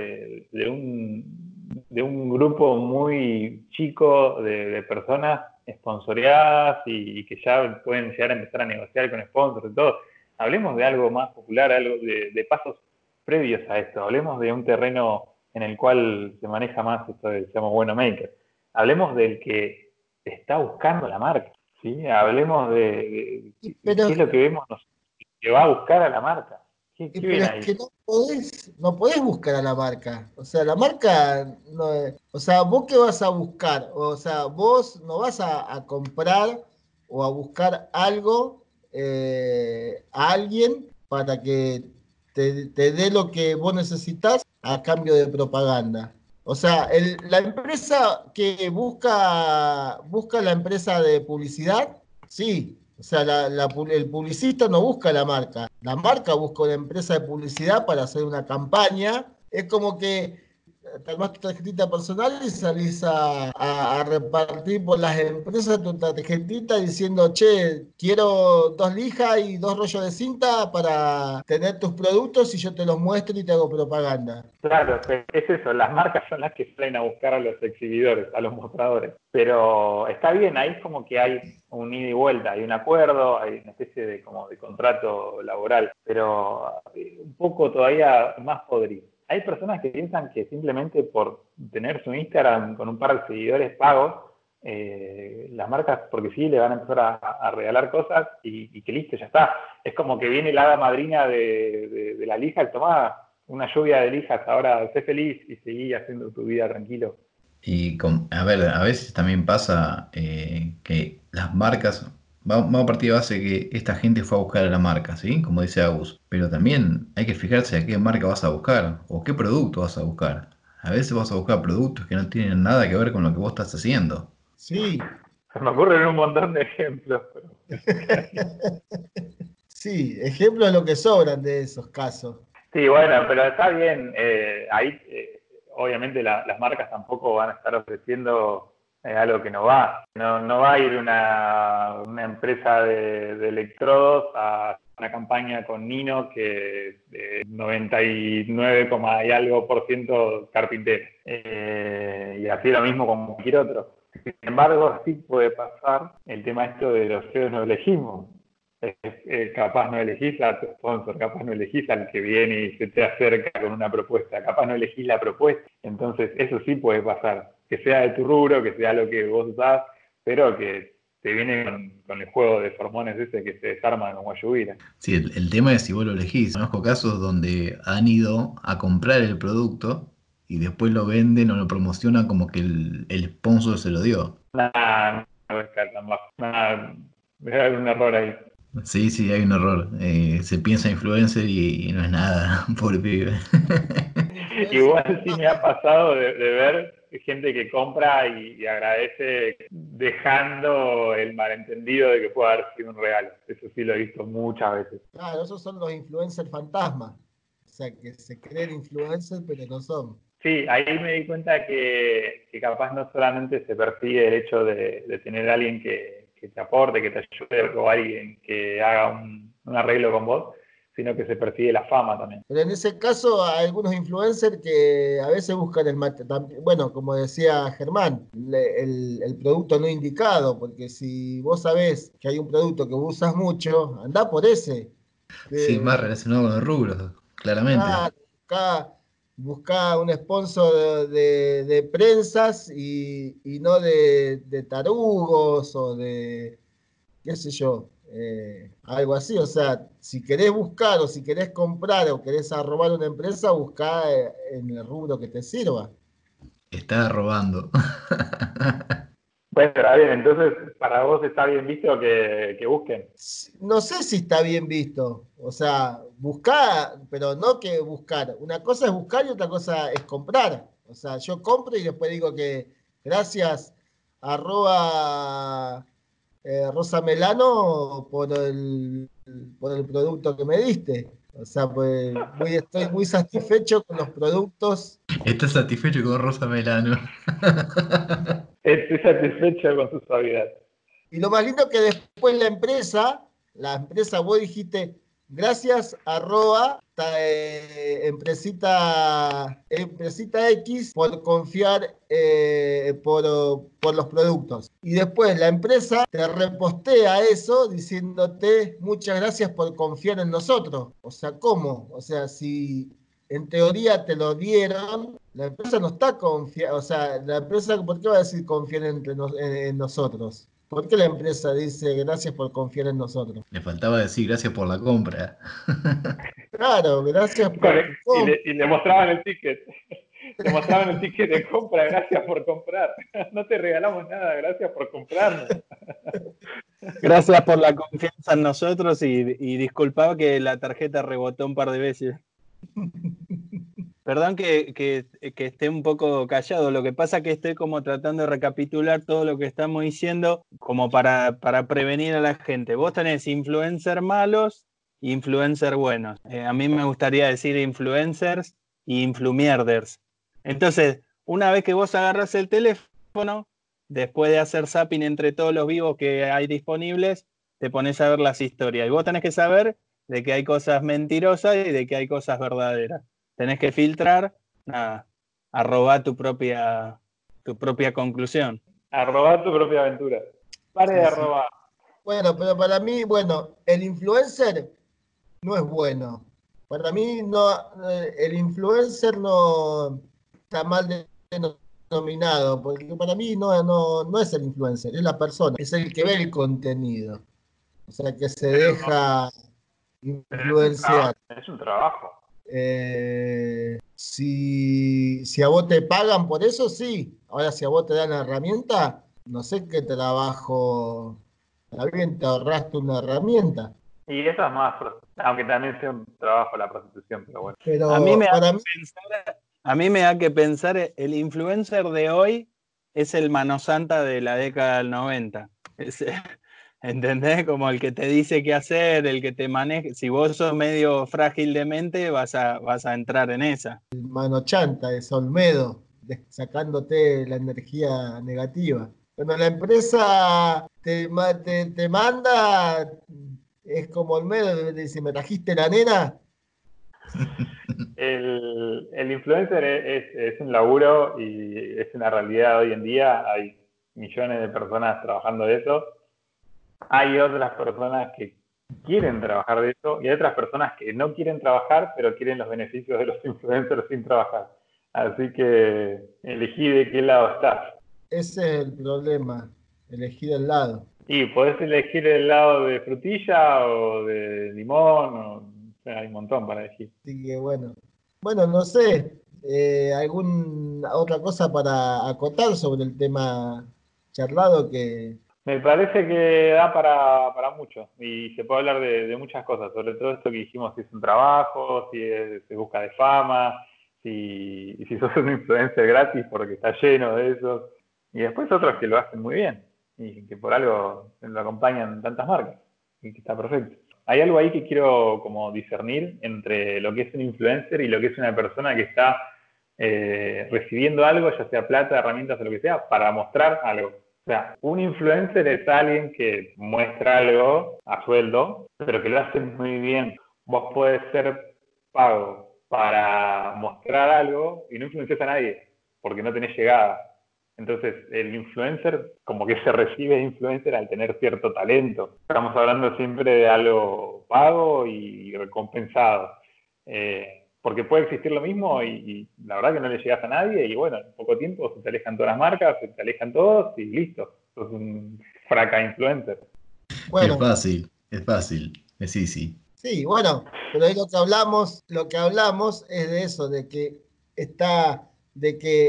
de un grupo muy chico de personas sponsoreadas y que ya pueden llegar a empezar a negociar con sponsors y todo. Hablemos de algo más popular, algo de pasos previos a esto. Hablemos de un terreno en el cual se maneja más esto que se llama bueno maker. Hablemos del que está buscando la marca, ¿sí? Hablemos Pero, qué es lo que vemos nosotros que va a buscar a la marca. ¿Qué pero ven es ahí? que no podés buscar a la marca. O sea, la marca no es, o sea, ¿vos qué vas a buscar? O sea, vos no vas a comprar o a buscar algo a alguien para que te dé lo que vos necesitas a cambio de propaganda. O sea, la empresa que busca la empresa de publicidad, sí. O sea, el publicista no busca la marca busca una empresa de publicidad para hacer una campaña. Es como que te armás tu tarjetita personal y salís a repartir por las empresas tu tarjetita diciendo, che, quiero 2 lijas y 2 rollos de cinta para tener tus productos y yo te los muestro y te hago propaganda. Claro, es eso, las marcas son las que salen a buscar a los exhibidores, a los mostradores. Pero está bien, ahí como que hay un ida y vuelta, hay un acuerdo, hay una especie de como de contrato laboral, pero un poco todavía más podrido. Hay personas que piensan que simplemente por tener su Instagram con un par de seguidores pagos, las marcas, porque sí, le van a empezar a regalar cosas y que listo, ya está. Es como que viene la hada madrina de la lija, el tomá una lluvia de lijas, ahora sé feliz y seguí haciendo tu vida tranquilo. Y a ver, a veces también pasa que las marcas, vamos a partir de base que esta gente fue a buscar a la marca, ¿sí? Como dice Agus, pero también hay que fijarse a qué marca vas a buscar o qué producto vas a buscar. A veces vas a buscar productos que no tienen nada que ver con lo que vos estás haciendo. Sí, Se me ocurren un montón de ejemplos. sí, ejemplos lo que sobran de esos casos. Sí, bueno, pero está bien. Ahí, obviamente, las marcas tampoco van a estar ofreciendo algo que no va. No va a ir una empresa de electrodos a una campaña con Nino que es de 99, y algo por ciento carpintero. Y así lo mismo con cualquier otro. Sin embargo, sí puede pasar el tema esto de los feos no elegimos. Capaz no elegís a tu sponsor, capaz no elegís al que viene y se te acerca con una propuesta, capaz no elegís la propuesta. Entonces, eso sí puede pasar, que sea de tu rubro, que sea lo que vos usás, pero que te viene con el juego de hormones ese que se desarma como lluvia. Sí, el tema es si vos lo elegís. Conozco casos donde han ido a comprar el producto y después lo venden o lo promocionan como que el sponsor se lo dio. Nada, no voy a estar tan bajo. Nada, debe haber un error ahí. Sí, sí, hay un error. Se piensa influencer y no es nada, pobre pibe. Un influencer Igual sí me ha pasado de ver gente que compra y agradece dejando el malentendido de que puede haber sido un regalo. Eso sí lo he visto muchas veces. claro, esos son los influencers fantasmas. O sea, que se creen influencers, pero no son. Sí, ahí me di cuenta que capaz no solamente se persigue el hecho de tener a alguien que te aporte, que te ayude, o alguien que haga un arreglo con vos, sino que se persigue la fama también. Pero en ese caso, hay algunos influencers que a veces buscan bueno, como decía Germán, el producto no indicado, porque si vos sabés que hay un producto que usas mucho, andá por ese. Sí, Eh, más relacionado con los rubros, claramente. Claro, buscá un sponsor de prensas y no de tarugos o de, qué sé yo, algo así. O sea, si querés buscar o si querés comprar o querés arrobar una empresa, buscá en el rubro que te sirva. Está robando. Bueno, está bien, entonces para vos está bien visto que busquen. No sé si está bien visto. O sea, buscar, pero no que buscar. Una cosa es buscar y otra cosa es comprar. O sea, yo compro y después digo que gracias arroba Rosa Melano por el producto que me diste. O sea, pues estoy muy satisfecho con los productos. Está satisfecho con Rosa Melano. Estoy satisfecho con su suavidad. Y lo más lindo que después la empresa, vos dijiste, gracias, arroba, empresita X por confiar por los productos. Y después la empresa te repostea eso diciéndote, muchas gracias por confiar en nosotros. O sea, ¿cómo? O sea, si en teoría te lo dieron, la empresa no está confiando, o sea, la empresa, ¿por qué va a decir confiar en nosotros? ¿Por qué la empresa dice gracias por confiar en nosotros? Le faltaba decir gracias por la compra. Claro, gracias por tu compra. Y le mostraban el ticket. Le mostraban el ticket de compra, gracias por comprar. No te regalamos nada, gracias por comprarnos. Gracias por la confianza en nosotros y disculpaba que la tarjeta rebotó un par de veces. Perdón que esté un poco callado, lo que pasa es que estoy como tratando de recapitular todo lo que estamos diciendo como para prevenir a la gente. Vos tenés influencers malos e influencers buenos. A mí me gustaría decir influencers y influmierders. Entonces, una vez que vos agarras el teléfono, después de hacer zapping entre todos los vivos que hay disponibles, te pones a ver las historias. Y vos tenés que saber de que hay cosas mentirosas y de que hay cosas verdaderas. Tenés que filtrar, nada, arroba tu propia conclusión. Arrobar tu propia aventura. Pare de Sí, sí. arrobar. Bueno, pero para mí, bueno, el influencer no es bueno. Para mí, no, el influencer no está mal denominado, porque para mí no es el influencer, es la persona, es el que ve el contenido. O sea, que se Pero, deja pero es un trabajo. influenciar. Es un trabajo. Si a vos te pagan por eso, sí. Ahora, si a vos te dan la herramienta, no sé qué trabajo. Está bien, te ahorraste una herramienta. Y eso es más, aunque también sea un trabajo la prostitución, pero bueno. A mí me Pero da para que mí, pensar, a mí me da que pensar, el influencer de hoy es el mano santa de la década del 90. Es, ¿entendés? Como el que te dice qué hacer, el que te maneja. Si vos sos medio frágil de mente, vas a entrar en esa. mano chanta es Olmedo, sacándote la energía negativa. Cuando la empresa te manda, es como Olmedo, dice, ¿me trajiste la nena? El influencer es un laburo y es una realidad hoy en día. Hay millones de personas trabajando de eso. Hay otras personas que quieren trabajar de eso y hay otras personas que no quieren trabajar, pero quieren los beneficios de los influencers sin trabajar. Así que elegí de qué lado estás. Ese es el problema, elegir el lado. Y podés elegir el lado de frutilla o de limón, o sea, hay un montón para elegir. Así que bueno, no sé, ¿alguna otra cosa para acotar sobre el tema charlado que... Me parece que da para mucho y se puede hablar de muchas cosas, sobre todo esto que dijimos, si es un trabajo, si se busca de fama, si sos un influencer gratis porque está lleno de eso, y después otros que lo hacen muy bien y que por algo lo acompañan tantas marcas y que está perfecto. Hay algo ahí que quiero como discernir entre lo que es un influencer y lo que es una persona que está recibiendo algo, ya sea plata, herramientas o lo que sea, para mostrar algo. O sea, un influencer es alguien que muestra algo a sueldo, pero que lo hace muy bien. Vos podés ser pago para mostrar algo y no influencias a nadie, porque no tenés llegada. Entonces, el influencer, como que se recibe de influencer al tener cierto talento. Estamos hablando siempre de algo pago y recompensado. Porque puede existir lo mismo y la verdad que no le llegas a nadie y bueno, en poco tiempo se te alejan todas las marcas, se te alejan todos y listo. Sos un fraca influencer. Es Bueno, fácil, es fácil, es easy. sí, bueno, pero ahí lo que hablamos es de eso, de que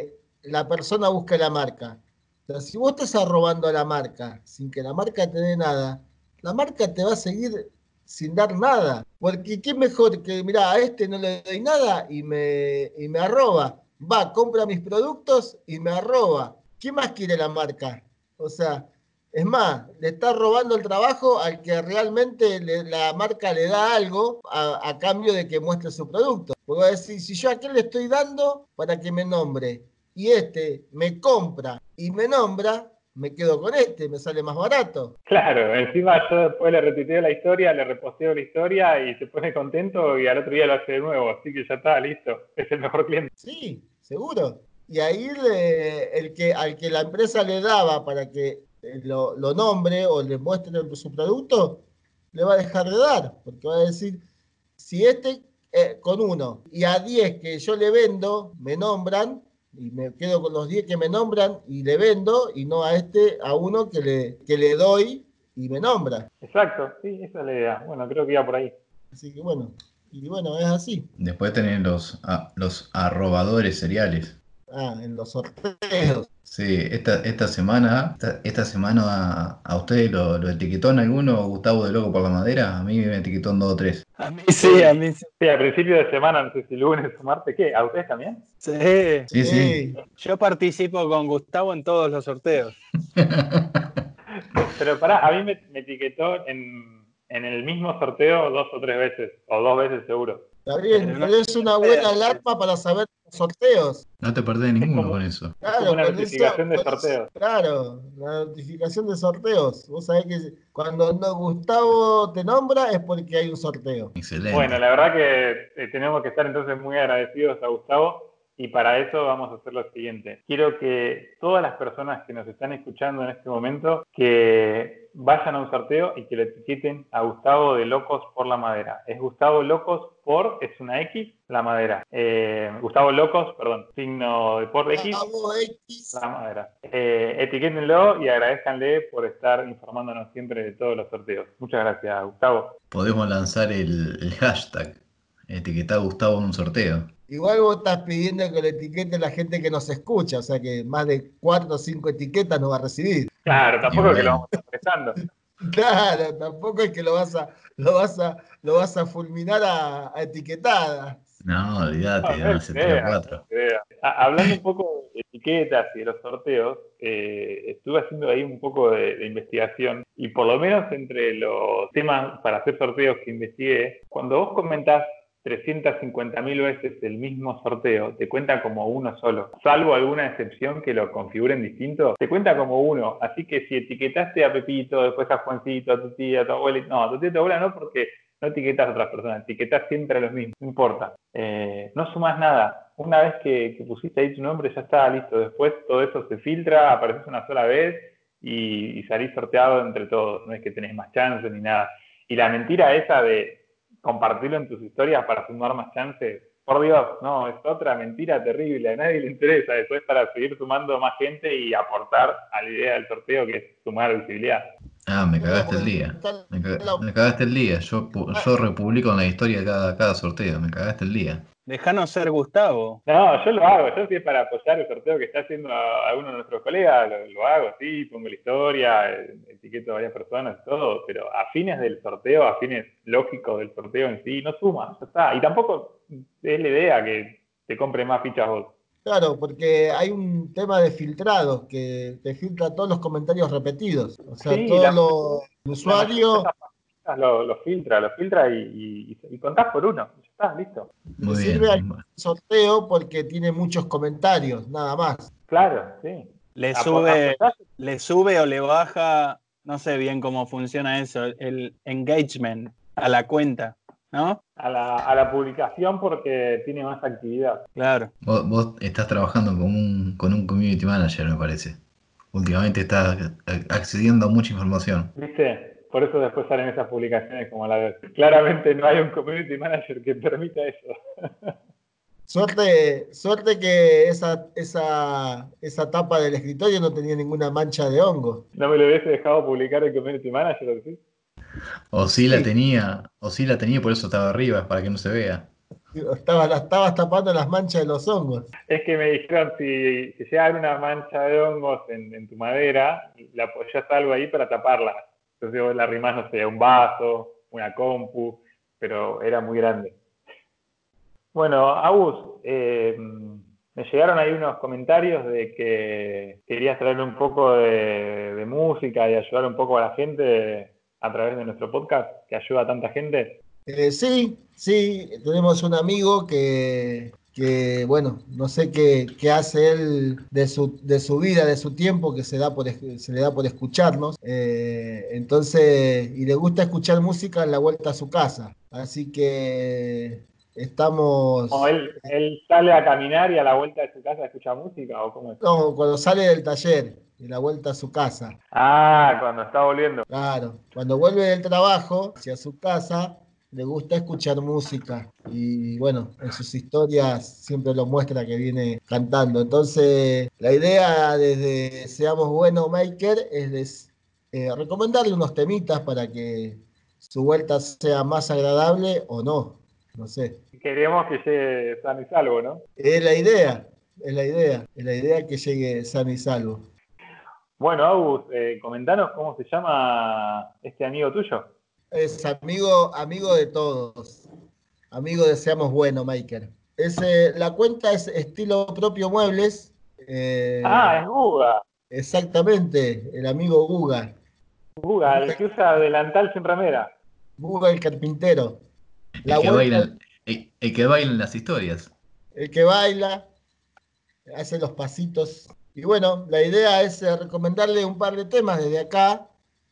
la persona busca la marca. Pero si vos te estás robando la marca sin que la marca te dé nada, la marca te va a seguir sin dar nada. Porque qué mejor que, mirá, a este no le doy nada y me arroba. Va, compra mis productos y me arroba. ¿Qué más quiere la marca? O sea, es más, le está robando el trabajo al que realmente la marca le da algo a cambio de que muestre su producto. Porque va a decir, si yo a aquel le estoy dando para que me nombre y este me compra y me nombra, me quedo con este, me sale más barato. Claro, encima yo después le retuiteo la historia, le reposteo la historia y se pone contento y al otro día lo hace de nuevo, así que ya está, listo, es el mejor cliente. Sí, seguro. Y ahí al que la empresa le daba para que lo nombre o le muestre su producto, le va a dejar de dar, porque va a decir, si este con uno y a 10 que yo le vendo, me nombran, y me quedo con los 10 que me nombran y le vendo, y no a a uno que le doy y me nombra. Exacto, sí, esa es la idea. Bueno, creo que iba por ahí. Así que bueno, y bueno, es así. Después tenés los arrobadores seriales. Ah, en los sorteos. Sí, esta semana a ustedes lo etiquetó en alguno Gustavo de Loco por la Madera. A mí me etiquetó en 2 o 3. A mí sí, a mí sí. Sí, a principio de semana, no sé si lunes o martes, ¿qué? ¿A ustedes también? Sí. Sí, sí. Yo participo con Gustavo en todos los sorteos. Pero pará, a mí me etiquetó en el mismo sorteo 2 o 3 veces, o 2 veces seguro. Gabriel, pero es una buena alarma para saber los sorteos. No te perdés ninguno con eso. Es como Claro, una con notificación de con sorteos. claro, la notificación de sorteos. Vos sabés que cuando Gustavo te nombra es porque hay un sorteo. Excelente. Bueno, la verdad que tenemos que estar entonces muy agradecidos a Gustavo y para eso vamos a hacer lo siguiente. Quiero que todas las personas que nos están escuchando en este momento que vayan a un sorteo y que le etiqueten a Gustavo de Locos por la Madera. Es Gustavo Locos por, es una X, la madera. Gustavo Locos, perdón, signo de por X, X. la madera. Etiquétenlo y agradezcanle por estar informándonos siempre de todos los sorteos. Muchas gracias, Gustavo. Podemos lanzar el hashtag. Etiquetá a Gustavo en un sorteo. Igual vos estás pidiendo que le etiquete a la gente que nos escucha, o sea que más de 4 o 5 etiquetas no va a recibir. Claro, tampoco es que lo vamos a estar prestando. Claro, tampoco es que lo vas a fulminar a etiquetadas. No, olvídate, van a ser 3 o 4. Hablando un poco de etiquetas y de los sorteos, estuve haciendo ahí un poco de investigación y por lo menos entre los temas para hacer sorteos que investigué, cuando vos comentás 350.000 veces el mismo sorteo, te cuenta como uno solo. Salvo alguna excepción que lo configuren distinto, te cuenta como uno. Así que si etiquetaste a Pepito, después a Juancito, a tu tía, a tu abuela, no, a tu tía, a tu abuela no, porque no etiquetas a otras personas, etiquetas siempre a los mismos, no importa. No sumás nada. Una vez que pusiste ahí tu nombre, ya está listo. Después todo eso se filtra, apareces una sola vez y salís sorteado entre todos. No es que tenés más chances ni nada. Y la mentira esa de compartirlo en tus historias para sumar más chances, por Dios, no, es otra mentira terrible, a nadie le interesa, eso es para seguir sumando más gente y aportar a la idea del sorteo que es sumar visibilidad. Ah, me cagaste el día. Me cagaste el día. Yo republico en la historia cada sorteo. Me cagaste el día. Dejanos ser Gustavo. No, yo lo hago, yo sí para apoyar el sorteo que está haciendo alguno de nuestros colegas, lo hago, sí, pongo la historia, etiqueto a varias personas y todo, pero a fines del sorteo, a fines lógicos del sorteo en sí, no suma, ya está. Y tampoco es la idea que te compre más fichas vos. Claro, porque hay un tema de filtrados que te filtra todos los comentarios repetidos. O sea, Sí, todos los usuarios. Lo filtra y contás por uno. Ya está, listo. Le sirve al sorteo porque tiene muchos comentarios, nada más. Claro, sí. Le sube o le baja, no sé bien cómo funciona eso, el engagement a la cuenta, ¿no? A la publicación porque tiene más actividad. Claro. Vos estás trabajando con un community manager, me parece. Últimamente estás accediendo a mucha información. ¿Viste? Por eso después salen esas publicaciones como la de... Claramente no hay un community manager que permita eso. Suerte que esa tapa del escritorio no tenía ninguna mancha de hongo. ¿No me lo hubiese dejado publicar el community manager? ¿Sí? O sí la tenía, por eso estaba arriba, para que no se vea. La estabas tapando las manchas de los hongos. Es que me dijeron, si llega a haber una mancha de hongos en tu madera, le apoyás algo ahí para taparla. Entonces vos la arrimás, no sé, a un vaso, una compu, pero era muy grande. Bueno, Agus, me llegaron ahí unos comentarios de que querías traerle un poco de música y ayudar un poco a la gente a través de nuestro podcast, que ayuda a tanta gente. Sí, tenemos un amigo bueno, no sé qué hace él de su vida, de su tiempo, que se le da por escucharnos. Entonces, y le gusta escuchar música en la vuelta a su casa. Así que ¿O estamos, él sale a caminar y a la vuelta de su casa escucha música o cómo es? no, cuando sale del taller, y la vuelta a su casa. Ah, cuando está volviendo. Claro, cuando vuelve del trabajo hacia su casa, le gusta escuchar música y bueno, en sus historias siempre lo muestra que viene cantando. Entonces, la idea desde Seamos Bueno Maker es recomendarle unos temitas para que su vuelta sea más agradable o no, no sé. Queremos que llegue sano y salvo, ¿no? Es la idea, es la idea que llegue sano y salvo. Bueno, Agus, comentanos cómo se llama este amigo tuyo. Es amigo de todos. Amigo de Seamos Bueno, Maker. La cuenta es estilo propio muebles. Ah, es Guga. Exactamente, el amigo Guga. Guga, el que usa delantal sin remera. Guga el carpintero. El La que vuelta, baila, el que baila en las historias. el que baila, hace los pasitos. Y bueno, la idea es recomendarle un par de temas desde acá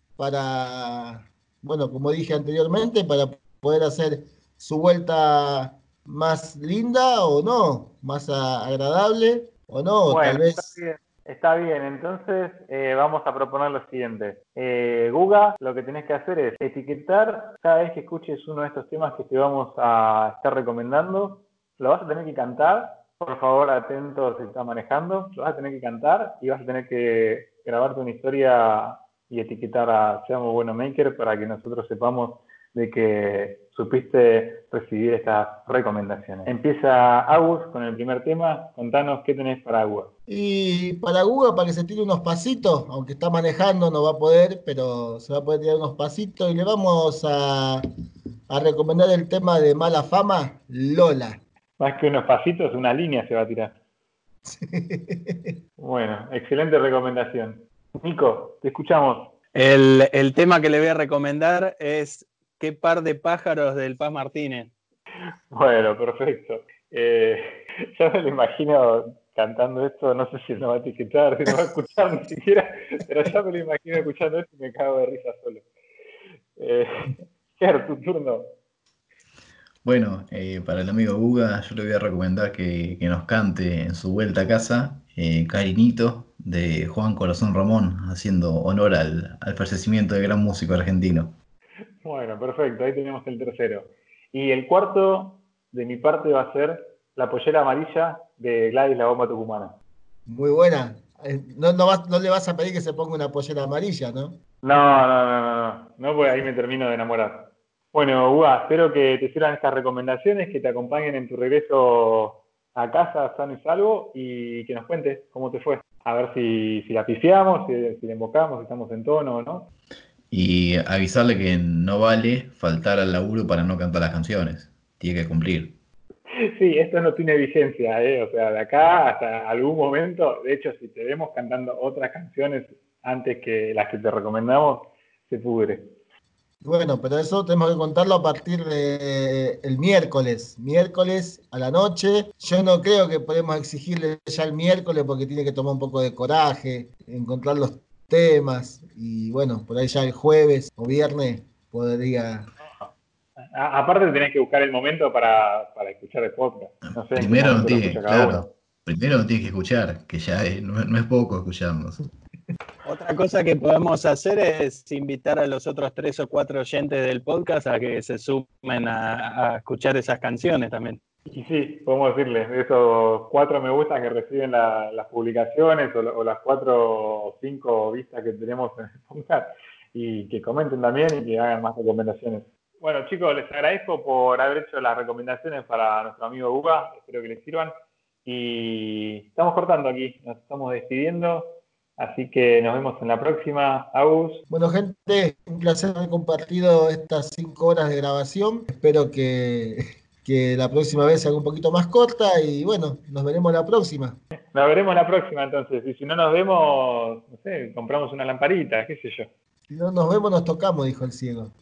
para, bueno, como dije anteriormente, para poder hacer su vuelta más linda o no, más agradable o no, o Bueno, tal está vez. bien. Está bien, entonces vamos a proponer lo siguiente. Guga, lo que tenés que hacer es etiquetar cada vez que escuches uno de estos temas que te vamos a estar recomendando. Lo vas a tener que cantar. Por favor, atento si estás manejando. Lo vas a tener que cantar y vas a tener que grabarte una historia y etiquetar a Seamos Bueno Maker para que nosotros sepamos de que supiste recibir estas recomendaciones. Empieza Agus con el primer tema. Contanos qué tenés para Agus. Y para Guga, para que se tire unos pasitos, aunque está manejando, no va a poder, pero se va a poder tirar unos pasitos y le vamos a recomendar el tema de Mala Fama, Lola. Más que unos pasitos, una línea se va a tirar. Bueno, excelente recomendación. Nico, te escuchamos. El tema que le voy a recomendar es ¿Qué par de pájaros del Paz Martínez? Bueno, perfecto. Ya me lo imagino cantando esto, no sé si lo va a etiquetar, si lo va a escuchar ni siquiera, pero ya me lo imagino escuchando esto y me cago de risa solo. Ger, tu turno. Bueno, para el amigo Buga, yo le voy a recomendar que nos cante en su vuelta a casa Carinito de Juan Corazón Ramón, haciendo honor al fallecimiento del gran músico argentino. Bueno, perfecto, ahí tenemos el tercero. Y el cuarto, de mi parte, va a ser La pollera amarilla de Gladys la Bomba Tucumana. Muy buena. No le vas a pedir que se ponga una pollera amarilla, ¿no? No, pues ahí me termino de enamorar. Bueno, Uga, espero que te sirvan estas recomendaciones, que te acompañen en tu regreso a casa sano y salvo y que nos cuentes cómo te fue. A ver si la pifiamos, si la invocamos, si estamos en tono o no. Y avisarle que no vale faltar al laburo para no cantar las canciones. Tiene que cumplir. Sí, esto no tiene vigencia, ¿eh? O sea, de acá hasta algún momento, de hecho, si te vemos cantando otras canciones antes que las que te recomendamos, se pudre. Bueno, pero eso tenemos que contarlo a partir de el miércoles a la noche. Yo no creo que podemos exigirle ya el miércoles porque tiene que tomar un poco de coraje, encontrar los temas y bueno, por ahí ya el jueves o viernes podría. Aparte tenés que buscar el momento para escuchar el podcast. No sé en qué Primero no momento lo tiene, escucha cada uno. claro, primero no tienes que escuchar, que ya no es poco escucharnos. Otra cosa que podemos hacer es invitar a los otros 3 o 4 oyentes del podcast a que se sumen a escuchar esas canciones también. Y sí, podemos decirles, de esos 4 me gustan que reciben las publicaciones o las 4 o 5 vistas que tenemos en el podcast y que comenten también y que hagan más recomendaciones. Bueno, chicos, les agradezco por haber hecho las recomendaciones para nuestro amigo Uga. Espero que les sirvan. Y estamos cortando aquí, nos estamos despidiendo. Así que nos vemos en la próxima. Agus. Bueno, gente, un placer haber compartido estas 5 horas de grabación. Espero que la próxima vez sea un poquito más corta y bueno, nos veremos la próxima. Nos veremos la próxima entonces. Y si no nos vemos, no sé, compramos una lamparita, qué sé yo. Si no nos vemos, nos tocamos, dijo el ciego.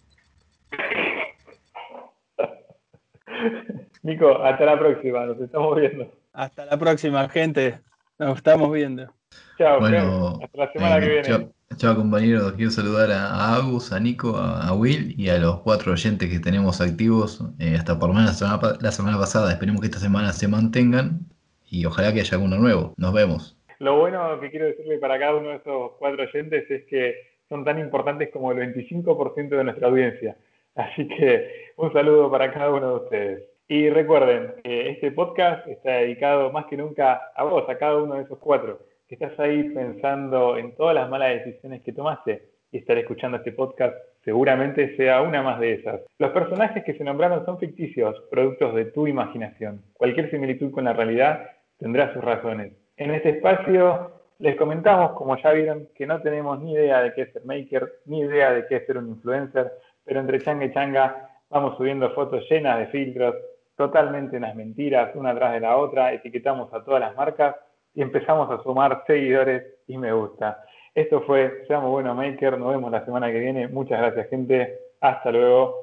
Nico, hasta la próxima, nos estamos viendo. Hasta la próxima, gente. Nos estamos viendo. Chao, Fer. Bueno, Hasta la semana que viene. chao compañeros, quiero saludar a Agus, a Nico, a Will y a los 4 oyentes que tenemos activos hasta por lo menos la semana pasada. Esperemos que esta semana se mantengan y ojalá que haya alguno nuevo. Nos vemos. Lo bueno que quiero decirle para cada uno de esos 4 oyentes es que son tan importantes como el 25% de nuestra audiencia. Así que un saludo para cada uno de ustedes. Y recuerden que este podcast está dedicado más que nunca a vos, a cada uno de esos 4, que estás ahí pensando en todas las malas decisiones que tomaste y estar escuchando este podcast seguramente sea una más de esas. Los personajes que se nombraron son ficticios, productos de tu imaginación. Cualquier similitud con la realidad tendrá sus razones. En este espacio les comentamos, como ya vieron, que no tenemos ni idea de qué es ser maker, ni idea de qué es ser un influencer, pero entre changa y changa vamos subiendo fotos llenas de filtros, totalmente unas mentiras, una atrás de la otra, etiquetamos a todas las marcas y empezamos a sumar seguidores y me gusta. Esto fue Seamos Buenos Maker, nos vemos la semana que viene. Muchas gracias, gente. Hasta luego.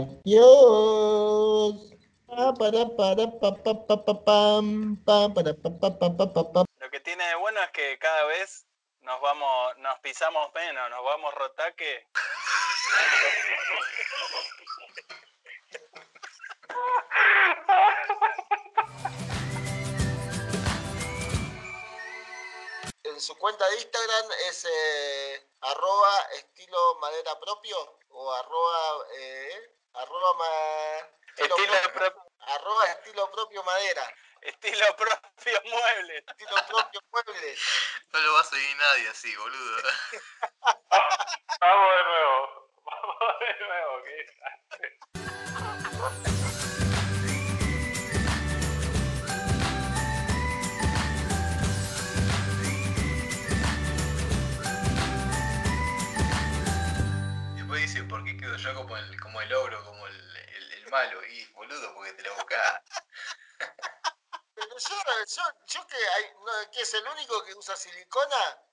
Adiós. Lo que tiene de bueno es que cada vez nos pisamos menos, nos vamos rotaque. En su cuenta de Instagram es estilo madera propio o estilo propio madera. Estilo propio muebles. Estilo propio muebles. No lo va a seguir nadie así, boludo. Vamos de nuevo, qué desastre. Después dice, ¿por qué quedo yo como el ogro, como el malo? Y boludo, porque te la buscás. Pero yo que es el único que usa silicona.